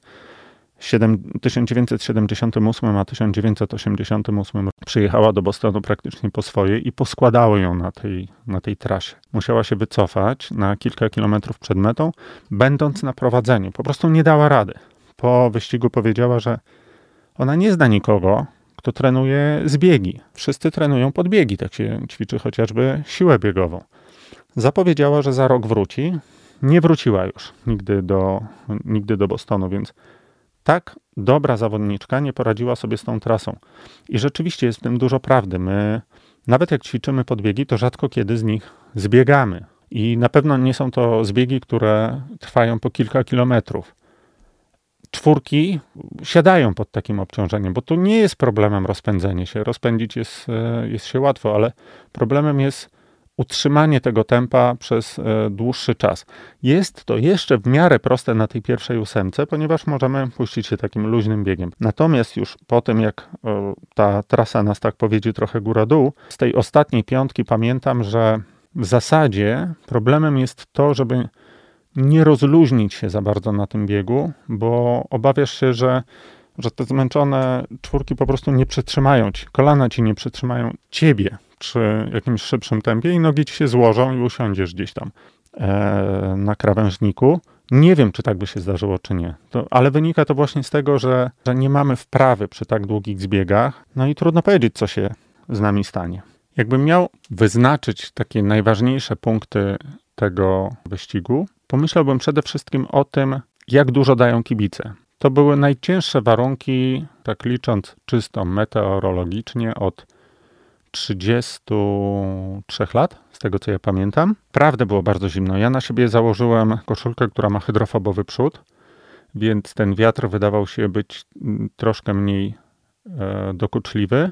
tysiąc dziewięćset siedemdziesiątym ósmym a tysiąc dziewięćset osiemdziesiątym ósmym. Przyjechała do Bostonu praktycznie po swojej i poskładało ją na tej, na tej trasie. Musiała się wycofać na kilka kilometrów przed metą, będąc na prowadzeniu. Po prostu nie dała rady. Po wyścigu powiedziała, że ona nie zna nikogo, kto trenuje zbiegi. Wszyscy trenują podbiegi, tak się ćwiczy chociażby siłę biegową. Zapowiedziała, że za rok wróci. Nie wróciła już nigdy do, nigdy do Bostonu, więc tak dobra zawodniczka nie poradziła sobie z tą trasą. I rzeczywiście jest w tym dużo prawdy. My, nawet jak ćwiczymy podbiegi, to rzadko kiedy z nich zbiegamy. I na pewno nie są to zbiegi, które trwają po kilka kilometrów. Czwórki siadają pod takim obciążeniem, bo tu nie jest problemem rozpędzenie się. Rozpędzić jest, jest się łatwo, ale problemem jest utrzymanie tego tempa przez dłuższy czas. Jest to jeszcze w miarę proste na tej pierwszej ósemce, ponieważ możemy puścić się takim luźnym biegiem. Natomiast już po tym, jak ta trasa nas tak powiedzie trochę góra-dół, z tej ostatniej piątki pamiętam, że w zasadzie problemem jest to, żeby nie rozluźnić się za bardzo na tym biegu, bo obawiasz się, że, że te zmęczone czwórki po prostu nie przytrzymają ci, kolana ci nie przytrzymają ciebie przy jakimś szybszym tempie i nogi ci się złożą i usiądziesz gdzieś tam e, na krawężniku. Nie wiem, czy tak by się zdarzyło, czy nie. To, ale wynika to właśnie z tego, że, że nie mamy wprawy przy tak długich zbiegach. No i trudno powiedzieć, co się z nami stanie. Jakbym miał wyznaczyć takie najważniejsze punkty tego wyścigu, pomyślałbym przede wszystkim o tym, jak dużo dają kibice. To były najcięższe warunki, tak licząc czysto meteorologicznie, od trzydziestu trzech lat, z tego co ja pamiętam. Naprawdę było bardzo zimno. Ja na siebie założyłem koszulkę, która ma hydrofobowy przód, więc ten wiatr wydawał się być troszkę mniej e, dokuczliwy,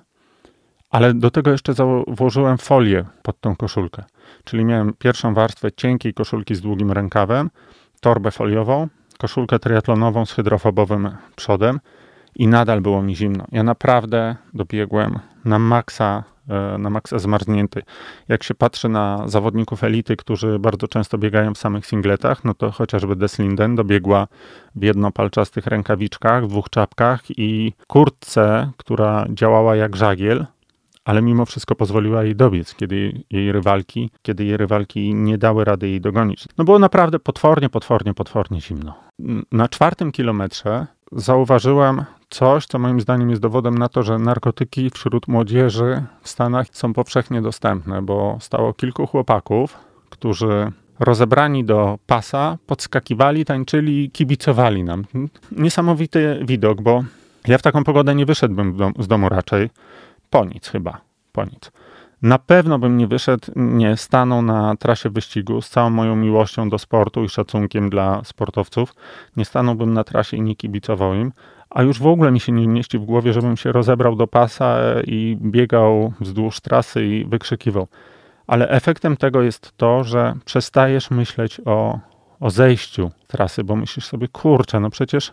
ale do tego jeszcze założyłem folię pod tą koszulkę. Czyli miałem pierwszą warstwę cienkiej koszulki z długim rękawem, torbę foliową, koszulkę triatlonową z hydrofobowym przodem i nadal było mi zimno. Ja naprawdę dobiegłem na maksa, na maksa zmarznięty. Jak się patrzy na zawodników elity, którzy bardzo często biegają w samych singletach, no to chociażby Deslinden dobiegła w jednopalczastych rękawiczkach, w dwóch czapkach i kurtce, która działała jak żagiel, ale mimo wszystko pozwoliła jej dobiec, kiedy jej rywalki, kiedy jej rywalki nie dały rady jej dogonić. No było naprawdę potwornie, potwornie, potwornie zimno. Na czwartym kilometrze zauważyłem coś, co moim zdaniem jest dowodem na to, że narkotyki wśród młodzieży w Stanach są powszechnie dostępne, bo stało kilku chłopaków, którzy rozebrani do pasa, podskakiwali, tańczyli, kibicowali nam. Niesamowity widok, bo ja w taką pogodę nie wyszedłbym z domu raczej. Po nic chyba, po nic. Na pewno bym nie wyszedł, nie stanął na trasie wyścigu z całą moją miłością do sportu i szacunkiem dla sportowców. Nie stanąłbym na trasie i nie kibicował im, a już w ogóle mi się nie mieści w głowie, żebym się rozebrał do pasa i biegał wzdłuż trasy i wykrzykiwał. Ale efektem tego jest to, że przestajesz myśleć o, o zejściu z trasy, bo myślisz sobie, kurczę, no przecież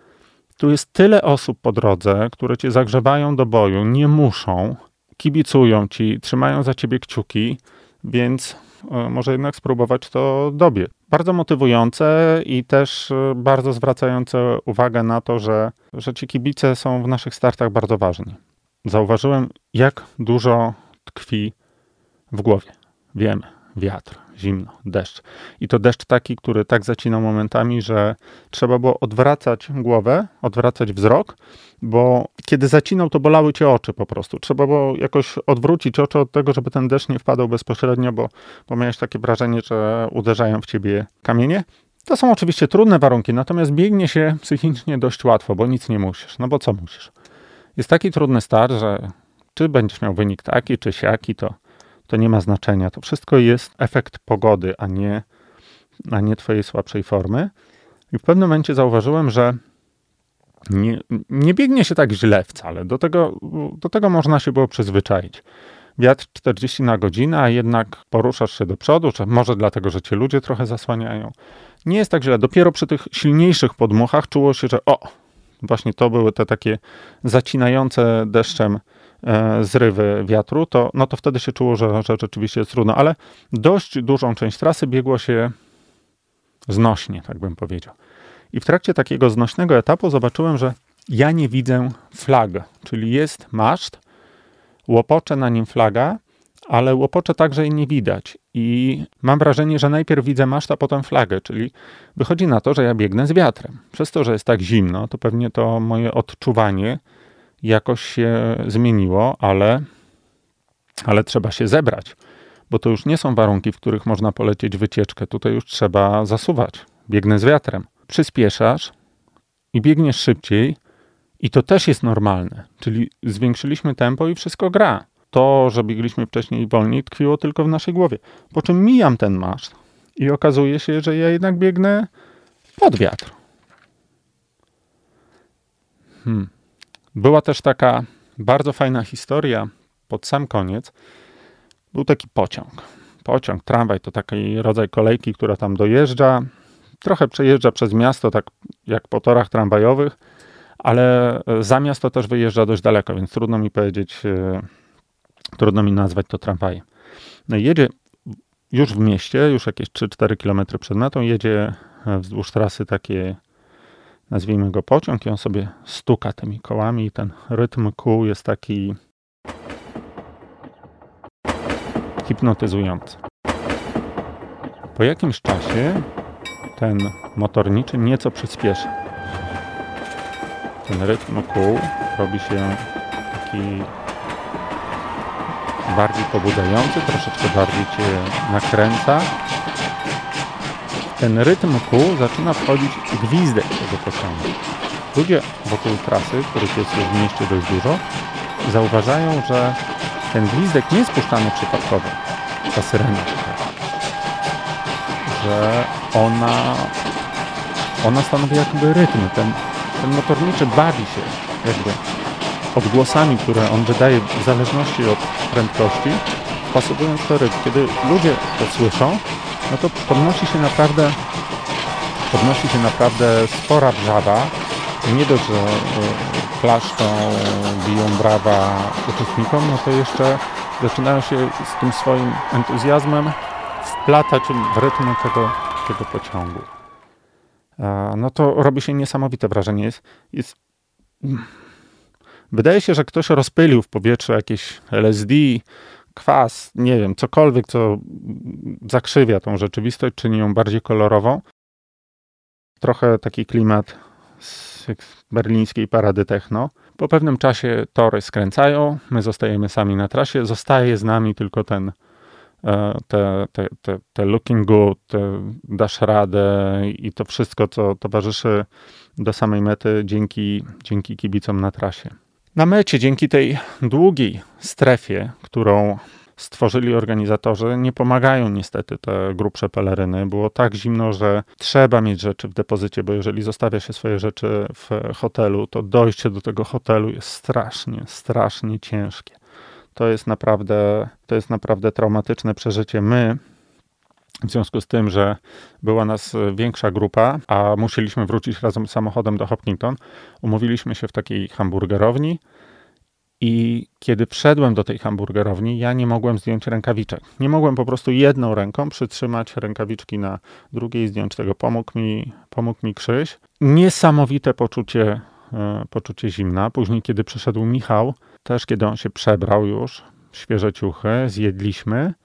tu jest tyle osób po drodze, które cię zagrzewają do boju, nie muszą, kibicują ci, trzymają za ciebie kciuki, więc y, może jednak spróbować to dobiec. Bardzo motywujące i też y, bardzo zwracające uwagę na to, że, że ci kibice są w naszych startach bardzo ważni. Zauważyłem, jak dużo tkwi w głowie. Wiemy, wiatr, zimno, deszcz. I to deszcz taki, który tak zacinał momentami, że trzeba było odwracać głowę, odwracać wzrok, bo kiedy zacinał, to bolały cię oczy po prostu. Trzeba było jakoś odwrócić oczy od tego, żeby ten deszcz nie wpadał bezpośrednio, bo, bo miałeś takie wrażenie, że uderzają w ciebie kamienie. To są oczywiście trudne warunki, natomiast biegnie się psychicznie dość łatwo, bo nic nie musisz. No bo co musisz? Jest taki trudny start, że czy będziesz miał wynik taki, czy siaki, to to nie ma znaczenia. To wszystko jest efekt pogody, a nie, a nie twojej słabszej formy. I w pewnym momencie zauważyłem, że nie, nie biegnie się tak źle wcale. Do tego, do tego można się było przyzwyczaić. Wiatr czterdzieści na godzinę, a jednak poruszasz się do przodu, czy może dlatego, że cię ludzie trochę zasłaniają. Nie jest tak źle. Dopiero przy tych silniejszych podmuchach czuło się, że o, właśnie to były te takie zacinające deszczem zrywy wiatru, to, no to wtedy się czuło, że, że rzeczywiście jest trudno, ale dość dużą część trasy biegło się znośnie, tak bym powiedział. I w trakcie takiego znośnego etapu zobaczyłem, że ja nie widzę flag, czyli jest maszt, łopocze na nim flaga, ale łopocze także i nie widać. I mam wrażenie, że najpierw widzę maszt, a potem flagę, czyli wychodzi na to, że ja biegnę z wiatrem. Przez to, że jest tak zimno, to pewnie to moje odczuwanie jakoś się zmieniło, ale, ale trzeba się zebrać, bo to już nie są warunki, w których można polecieć wycieczkę. Tutaj już trzeba zasuwać. Biegnę z wiatrem. Przyspieszasz i biegniesz szybciej i to też jest normalne. Czyli zwiększyliśmy tempo i wszystko gra. To, że biegliśmy wcześniej i wolniej, tkwiło tylko w naszej głowie. Po czym mijam ten maszt i okazuje się, że ja jednak biegnę pod wiatr. Hmm. Była też taka bardzo fajna historia pod sam koniec. Był taki pociąg. Pociąg, tramwaj to taki rodzaj kolejki, która tam dojeżdża. Trochę przejeżdża przez miasto, tak jak po torach tramwajowych, ale za miasto też wyjeżdża dość daleko, więc trudno mi powiedzieć, trudno mi nazwać to tramwajem. No i jedzie już w mieście, już jakieś trzy cztery kilometry przed metą, jedzie wzdłuż trasy takie, nazwijmy go pociąg, i on sobie stuka tymi kołami i ten rytm kół jest taki hipnotyzujący. Po jakimś czasie ten motorniczy nieco przyspieszy. Ten rytm kół robi się taki bardziej pobudzający, troszeczkę bardziej cię nakręca. Ten rytm kół zaczyna wchodzić gwizdek tego pociągu. Ludzie wokół trasy, których jest w mieście dość dużo, zauważają, że ten gwizdek nie jest puszczany przypadkowo, ta syrena, że ona, ona stanowi jakby rytm. Ten, ten motorniczy bawi się jakby odgłosami, które on wydaje w zależności od prędkości, wpasowując to rytm. Kiedy ludzie to słyszą, no to podnosi się naprawdę, podnosi się naprawdę spora wrzawa. Nie dość, że klaszczą, biją brawa uczestnikom, no to jeszcze zaczynają się z tym swoim entuzjazmem wplatać w rytm tego, tego pociągu. No to robi się niesamowite wrażenie. Jest, jest... Wydaje się, że ktoś rozpylił w powietrzu jakieś L S D, kwas, nie wiem, cokolwiek, co zakrzywia tą rzeczywistość, czyni ją bardziej kolorową. Trochę taki klimat z berlińskiej parady techno. Po pewnym czasie tory skręcają, my zostajemy sami na trasie, zostaje z nami tylko ten te, te, te, te looking good, te dasz radę i to wszystko, co towarzyszy do samej mety dzięki, dzięki kibicom na trasie. Na mecie, dzięki tej długiej strefie, którą stworzyli organizatorzy, nie pomagają niestety te grubsze peleryny. Było tak zimno, że trzeba mieć rzeczy w depozycie, bo jeżeli zostawia się swoje rzeczy w hotelu, to dojście do tego hotelu jest strasznie, strasznie ciężkie. To jest naprawdę, to jest naprawdę traumatyczne przeżycie. My, w związku z tym, że była nas większa grupa, a musieliśmy wrócić razem z samochodem do Hopkinton, umówiliśmy się w takiej hamburgerowni i kiedy wszedłem do tej hamburgerowni, ja nie mogłem zdjąć rękawiczek. Nie mogłem po prostu jedną ręką przytrzymać rękawiczki na drugiej, zdjąć tego. Pomógł mi, pomógł mi Krzyś. Niesamowite poczucie, e, poczucie zimna. Później, kiedy przyszedł Michał, też kiedy on się przebrał już, świeże ciuchy, zjedliśmy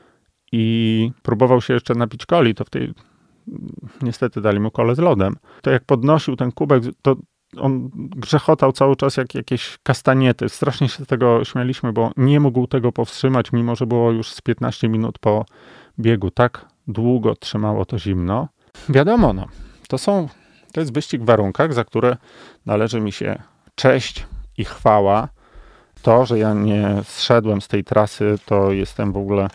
i próbował się jeszcze napić coli, to w tej, niestety dali mu kolę z lodem. To jak podnosił ten kubek, to on grzechotał cały czas jak jakieś kastaniety. Strasznie się z tego śmialiśmy, bo nie mógł tego powstrzymać, mimo że było już z piętnaście minut po biegu. Tak długo trzymało to zimno. Wiadomo, no, to są, to jest wyścig w warunkach, za które należy mi się cześć i chwała. To, że ja nie zszedłem z tej trasy, to jestem w ogóle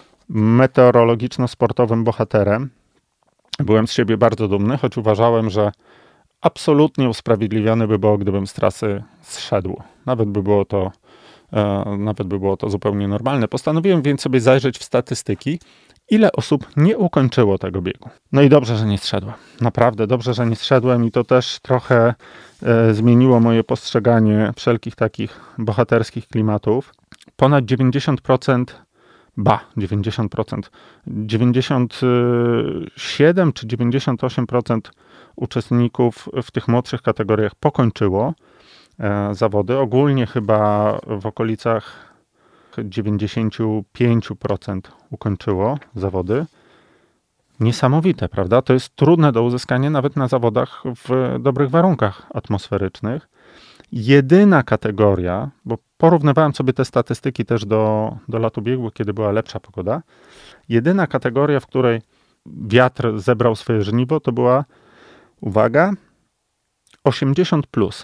meteorologiczno-sportowym bohaterem. Byłem z siebie bardzo dumny, choć uważałem, że absolutnie usprawiedliwione by było, gdybym z trasy zszedł. Nawet by było to, e, nawet by było to zupełnie normalne. Postanowiłem więc sobie zajrzeć w statystyki, ile osób nie ukończyło tego biegu. No i dobrze, że nie zszedłem. Naprawdę dobrze, że nie zszedłem i to też trochę e, zmieniło moje postrzeganie wszelkich takich bohaterskich klimatów. Ponad dziewięćdziesiąt procent, ba, dziewięćdziesiąt procent, dziewięćdziesiąt siedem czy dziewięćdziesiąt osiem procent uczestników w tych młodszych kategoriach pokończyło e, zawody. Ogólnie chyba w okolicach dziewięćdziesiąt pięć procent ukończyło zawody. Niesamowite, prawda? To jest trudne do uzyskania nawet na zawodach w dobrych warunkach atmosferycznych. Jedyna kategoria, bo porównywałem sobie te statystyki też do, do lat ubiegłych, kiedy była lepsza pogoda. Jedyna kategoria, w której wiatr zebrał swoje żniwo, to była, uwaga, osiemdziesiąt plus.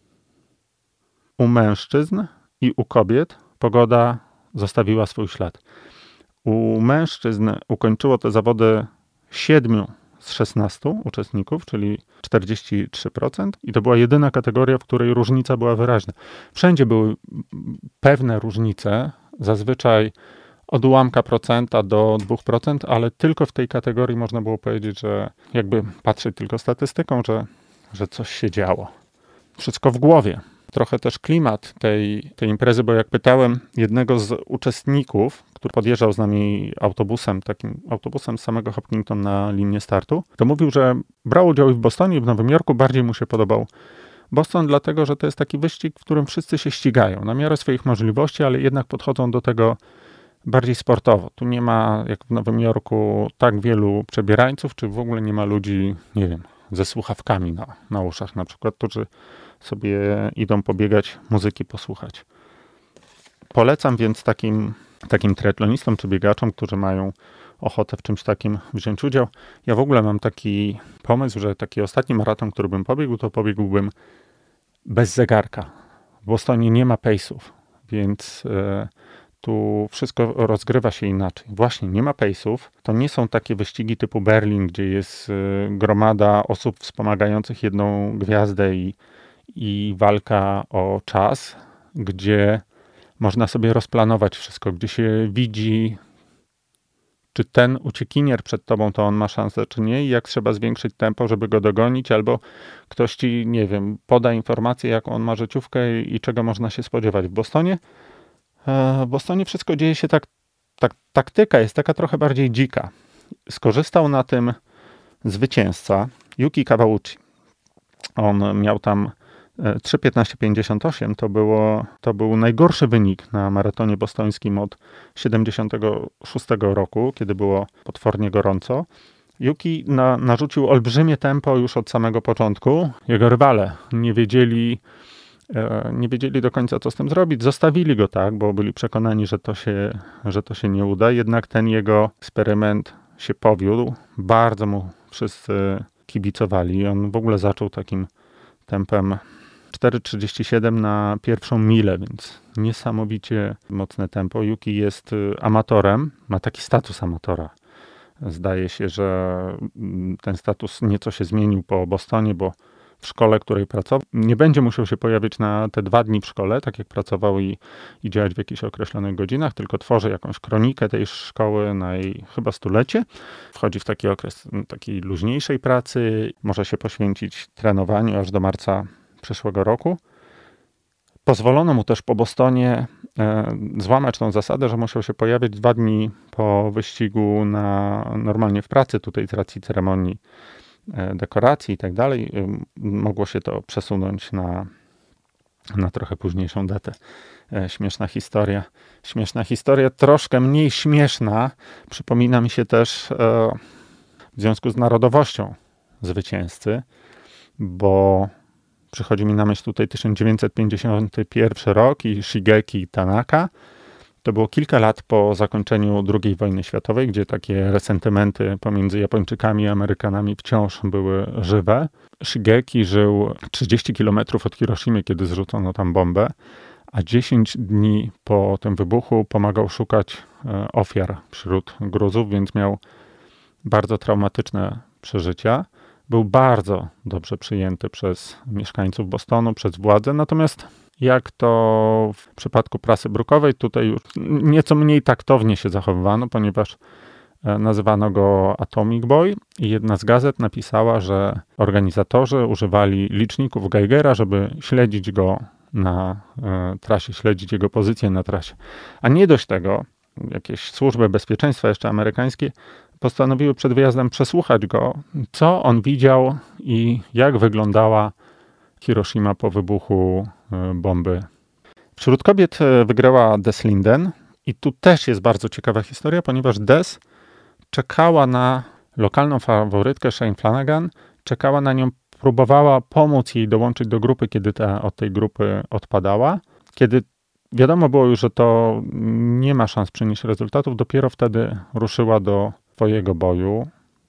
U mężczyzn i u kobiet pogoda zostawiła swój ślad. U mężczyzn ukończyło te zawody siedmiu z szesnastu uczestników, czyli czterdzieści trzy procent i to była jedyna kategoria, w której różnica była wyraźna. Wszędzie były pewne różnice, zazwyczaj od ułamka procenta do dwóch procent, ale tylko w tej kategorii można było powiedzieć, że jakby patrzeć tylko statystyką, że, że coś się działo. Wszystko w głowie. Trochę też klimat tej, tej imprezy, bo jak pytałem jednego z uczestników, który podjeżdżał z nami autobusem, takim autobusem z samego Hopkinton na linię startu, to mówił, że brał udział i w Bostonie, i w Nowym Jorku. Bardziej mu się podobał Boston, dlatego że to jest taki wyścig, w którym wszyscy się ścigają na miarę swoich możliwości, ale jednak podchodzą do tego bardziej sportowo. Tu nie ma, jak w Nowym Jorku, tak wielu przebierańców, czy w ogóle nie ma ludzi, nie wiem, ze słuchawkami na, na uszach na przykład, którzy sobie idą pobiegać, muzyki posłuchać. Polecam więc takim, takim triatlonistom czy biegaczom, którzy mają ochotę w czymś takim wziąć udział. Ja w ogóle mam taki pomysł, że taki ostatni maraton, który bym pobiegł, to pobiegłbym bez zegarka. W Bostonie nie ma pace'ów, więc e, tu wszystko rozgrywa się inaczej. Właśnie, nie ma pace'ów, to nie są takie wyścigi typu Berlin, gdzie jest y, gromada osób wspomagających jedną gwiazdę i, i walka o czas, gdzie można sobie rozplanować wszystko, gdzie się widzi, czy ten uciekinier przed tobą, to on ma szansę, czy nie, i jak trzeba zwiększyć tempo, żeby go dogonić, albo ktoś ci, nie wiem, poda informację, jaką on ma życiówkę i, i czego można się spodziewać. W Bostonie w Bostonie wszystko dzieje się tak, tak, taktyka jest taka trochę bardziej dzika. Skorzystał na tym zwycięzca Yuki Kawauchi. On miał tam trzy piętnaście pięćdziesiąt osiem, to, było, to był najgorszy wynik na maratonie bostońskim od siedemdziesiątego szóstego roku, kiedy było potwornie gorąco. Yuki na, narzucił olbrzymie tempo już od samego początku. Jego rywale nie wiedzieli, nie wiedzieli do końca, co z tym zrobić. Zostawili go tak, bo byli przekonani, że to się, że to się nie uda. Jednak ten jego eksperyment się powiódł. Bardzo mu wszyscy kibicowali. On w ogóle zaczął takim tempem cztery trzydzieści siedem na pierwszą milę, więc niesamowicie mocne tempo. Yuki jest amatorem, ma taki status amatora. Zdaje się, że ten status nieco się zmienił po Bostonie, bo w szkole, której pracował, nie będzie musiał się pojawić na te dwa dni w szkole, tak jak pracował i, i działać w jakichś określonych godzinach, tylko tworzy jakąś kronikę tej szkoły na jej chyba stulecie. Wchodzi w taki okres takiej luźniejszej pracy, może się poświęcić trenowaniu aż do marca przyszłego roku. Pozwolono mu też po Bostonie e, złamać tą zasadę, że musiał się pojawić dwa dni po wyścigu na, normalnie w pracy, tutaj z racji ceremonii e, dekoracji i tak dalej. E, mogło się to przesunąć na, na trochę późniejszą datę. E, śmieszna historia. Śmieszna historia, troszkę mniej śmieszna. Przypomina mi się też e, w związku z narodowością zwycięzcy, bo przychodzi mi na myśl tutaj tysiąc dziewięćset pięćdziesiąty pierwszy rok i Shigeki Tanaka. To było kilka lat po zakończeniu drugiej wojny światowej, gdzie takie resentymenty pomiędzy Japończykami i Amerykanami wciąż były żywe. Shigeki żył trzydzieści kilometrów od Hiroshimy, kiedy zrzucono tam bombę, a dziesięć dni po tym wybuchu pomagał szukać ofiar wśród Gruzów, więc miał bardzo traumatyczne przeżycia. Był bardzo dobrze przyjęty przez mieszkańców Bostonu, przez władze, natomiast jak to w przypadku prasy brukowej, tutaj już nieco mniej taktownie się zachowywano, ponieważ nazywano go Atomic Boy i jedna z gazet napisała, że organizatorzy używali liczników Geigera, żeby śledzić go na e, trasie, śledzić jego pozycję na trasie. A nie dość tego, jakieś służby bezpieczeństwa jeszcze amerykańskie postanowiły przed wyjazdem przesłuchać go, co on widział i jak wyglądała Hiroshima po wybuchu bomby. Wśród kobiet wygrała Des Linden i tu też jest bardzo ciekawa historia, ponieważ Des czekała na lokalną faworytkę Shane Flanagan, czekała na nią, próbowała pomóc jej dołączyć do grupy, kiedy ta od tej grupy odpadała. Kiedy wiadomo było już, że to nie ma szans przynieść rezultatów, dopiero wtedy ruszyła do swojego boju,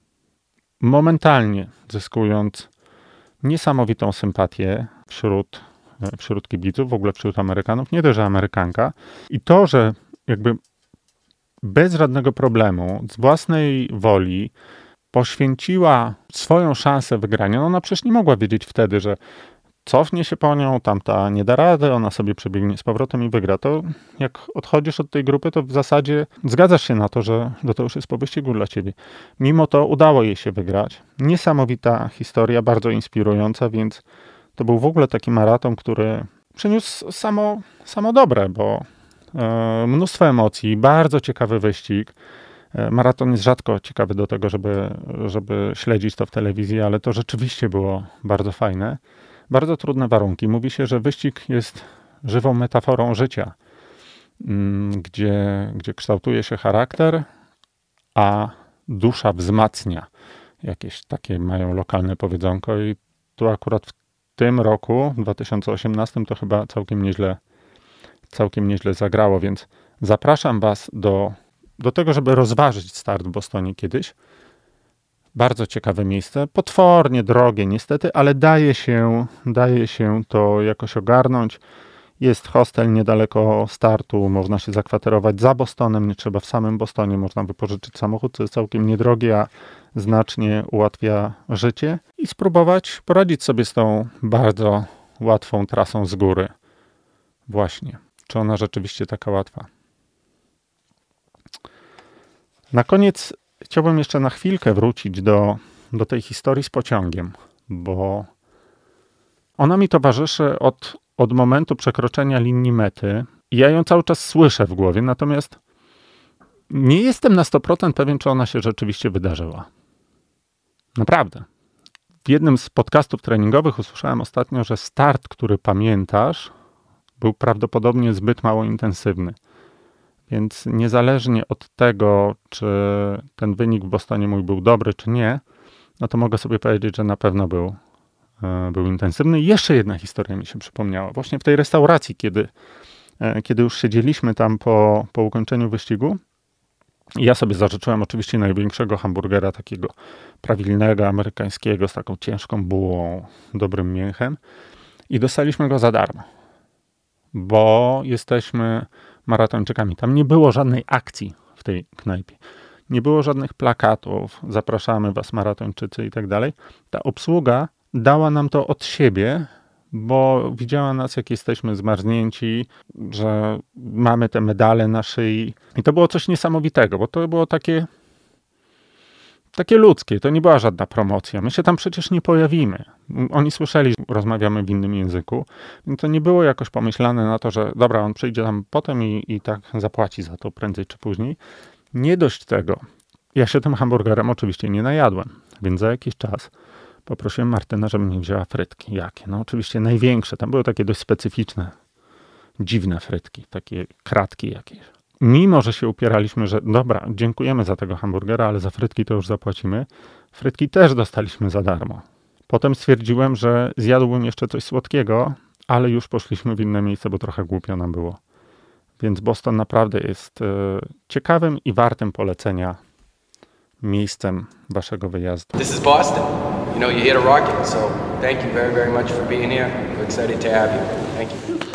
momentalnie zyskując niesamowitą sympatię wśród, wśród kibiców, w ogóle wśród Amerykanów, nie tylko, że Amerykanka. I to, że jakby bez żadnego problemu, z własnej woli poświęciła swoją szansę wygrania. No ona przecież nie mogła wiedzieć wtedy, że cofnie się po nią, tamta nie da rady, ona sobie przebiegnie z powrotem i wygra. To jak odchodzisz od tej grupy, to w zasadzie zgadzasz się na to, że, że to już jest po wyścigu dla ciebie. Mimo to udało jej się wygrać. Niesamowita historia, bardzo inspirująca, więc to był w ogóle taki maraton, który przyniósł samo, samo dobre, bo e, mnóstwo emocji, bardzo ciekawy wyścig. E, maraton jest rzadko ciekawy do tego, żeby, żeby śledzić to w telewizji, ale to rzeczywiście było bardzo fajne. Bardzo trudne warunki. Mówi się, że wyścig jest żywą metaforą życia, gdzie, gdzie kształtuje się charakter, a dusza wzmacnia. Jakieś takie mają lokalne powiedzonko i tu akurat w tym roku, w dwa tysiące osiemnastym, to chyba całkiem nieźle, całkiem nieźle zagrało, więc zapraszam was do, do tego, żeby rozważyć start w Bostonie kiedyś. Bardzo ciekawe miejsce, potwornie drogie niestety, ale daje się, daje się to jakoś ogarnąć. Jest hostel niedaleko startu, można się zakwaterować za Bostonem, nie trzeba w samym Bostonie, można wypożyczyć samochód, co jest całkiem niedrogie, a znacznie ułatwia życie i spróbować poradzić sobie z tą bardzo łatwą trasą z góry. Właśnie. Czy ona rzeczywiście taka łatwa? Na koniec chciałbym jeszcze na chwilkę wrócić do, do tej historii z pociągiem, bo ona mi towarzyszy od, od momentu przekroczenia linii mety i ja ją cały czas słyszę w głowie, natomiast nie jestem na sto procent pewien, czy ona się rzeczywiście wydarzyła. Naprawdę. W jednym z podcastów treningowych usłyszałem ostatnio, że start, który pamiętasz, był prawdopodobnie zbyt mało intensywny. Więc niezależnie od tego, czy ten wynik w Bostonie mój był dobry, czy nie, no to mogę sobie powiedzieć, że na pewno był, był intensywny. I jeszcze jedna historia mi się przypomniała. Właśnie w tej restauracji, kiedy, kiedy już siedzieliśmy tam po, po ukończeniu wyścigu, ja sobie zażyczyłem oczywiście największego hamburgera, takiego prawilnego, amerykańskiego, z taką ciężką bułą, dobrym mięchem i dostaliśmy go za darmo, bo jesteśmy maratończykami. Tam nie było żadnej akcji w tej knajpie. Nie było żadnych plakatów, zapraszamy was maratończycy i tak dalej. Ta obsługa dała nam to od siebie, bo widziała nas, jak jesteśmy zmarznięci, że mamy te medale na szyi. I to było coś niesamowitego, bo to było takie, takie ludzkie. To nie była żadna promocja. My się tam przecież nie pojawimy. Oni słyszeli, że rozmawiamy w innym języku. Więc to nie było jakoś pomyślane na to, że dobra, on przyjdzie tam potem i, i tak zapłaci za to prędzej czy później. Nie dość tego. Ja się tym hamburgerem oczywiście nie najadłem, więc za jakiś czas poprosiłem Martynę, żeby mi wzięła frytki. Jakie? No oczywiście największe. Tam były takie dość specyficzne, dziwne frytki, takie kratki jakieś. Mimo że się upieraliśmy, że dobra, dziękujemy za tego hamburgera, ale za frytki to już zapłacimy, frytki też dostaliśmy za darmo. Potem stwierdziłem, że zjadłbym jeszcze coś słodkiego, ale już poszliśmy w inne miejsce, bo trochę głupio nam było. Więc Boston naprawdę jest e, ciekawym i wartym polecenia miejscem waszego wyjazdu. This is Boston. You know, you hit a rocket, so thank you very, very much for being here. We're excited to have you. Thank you.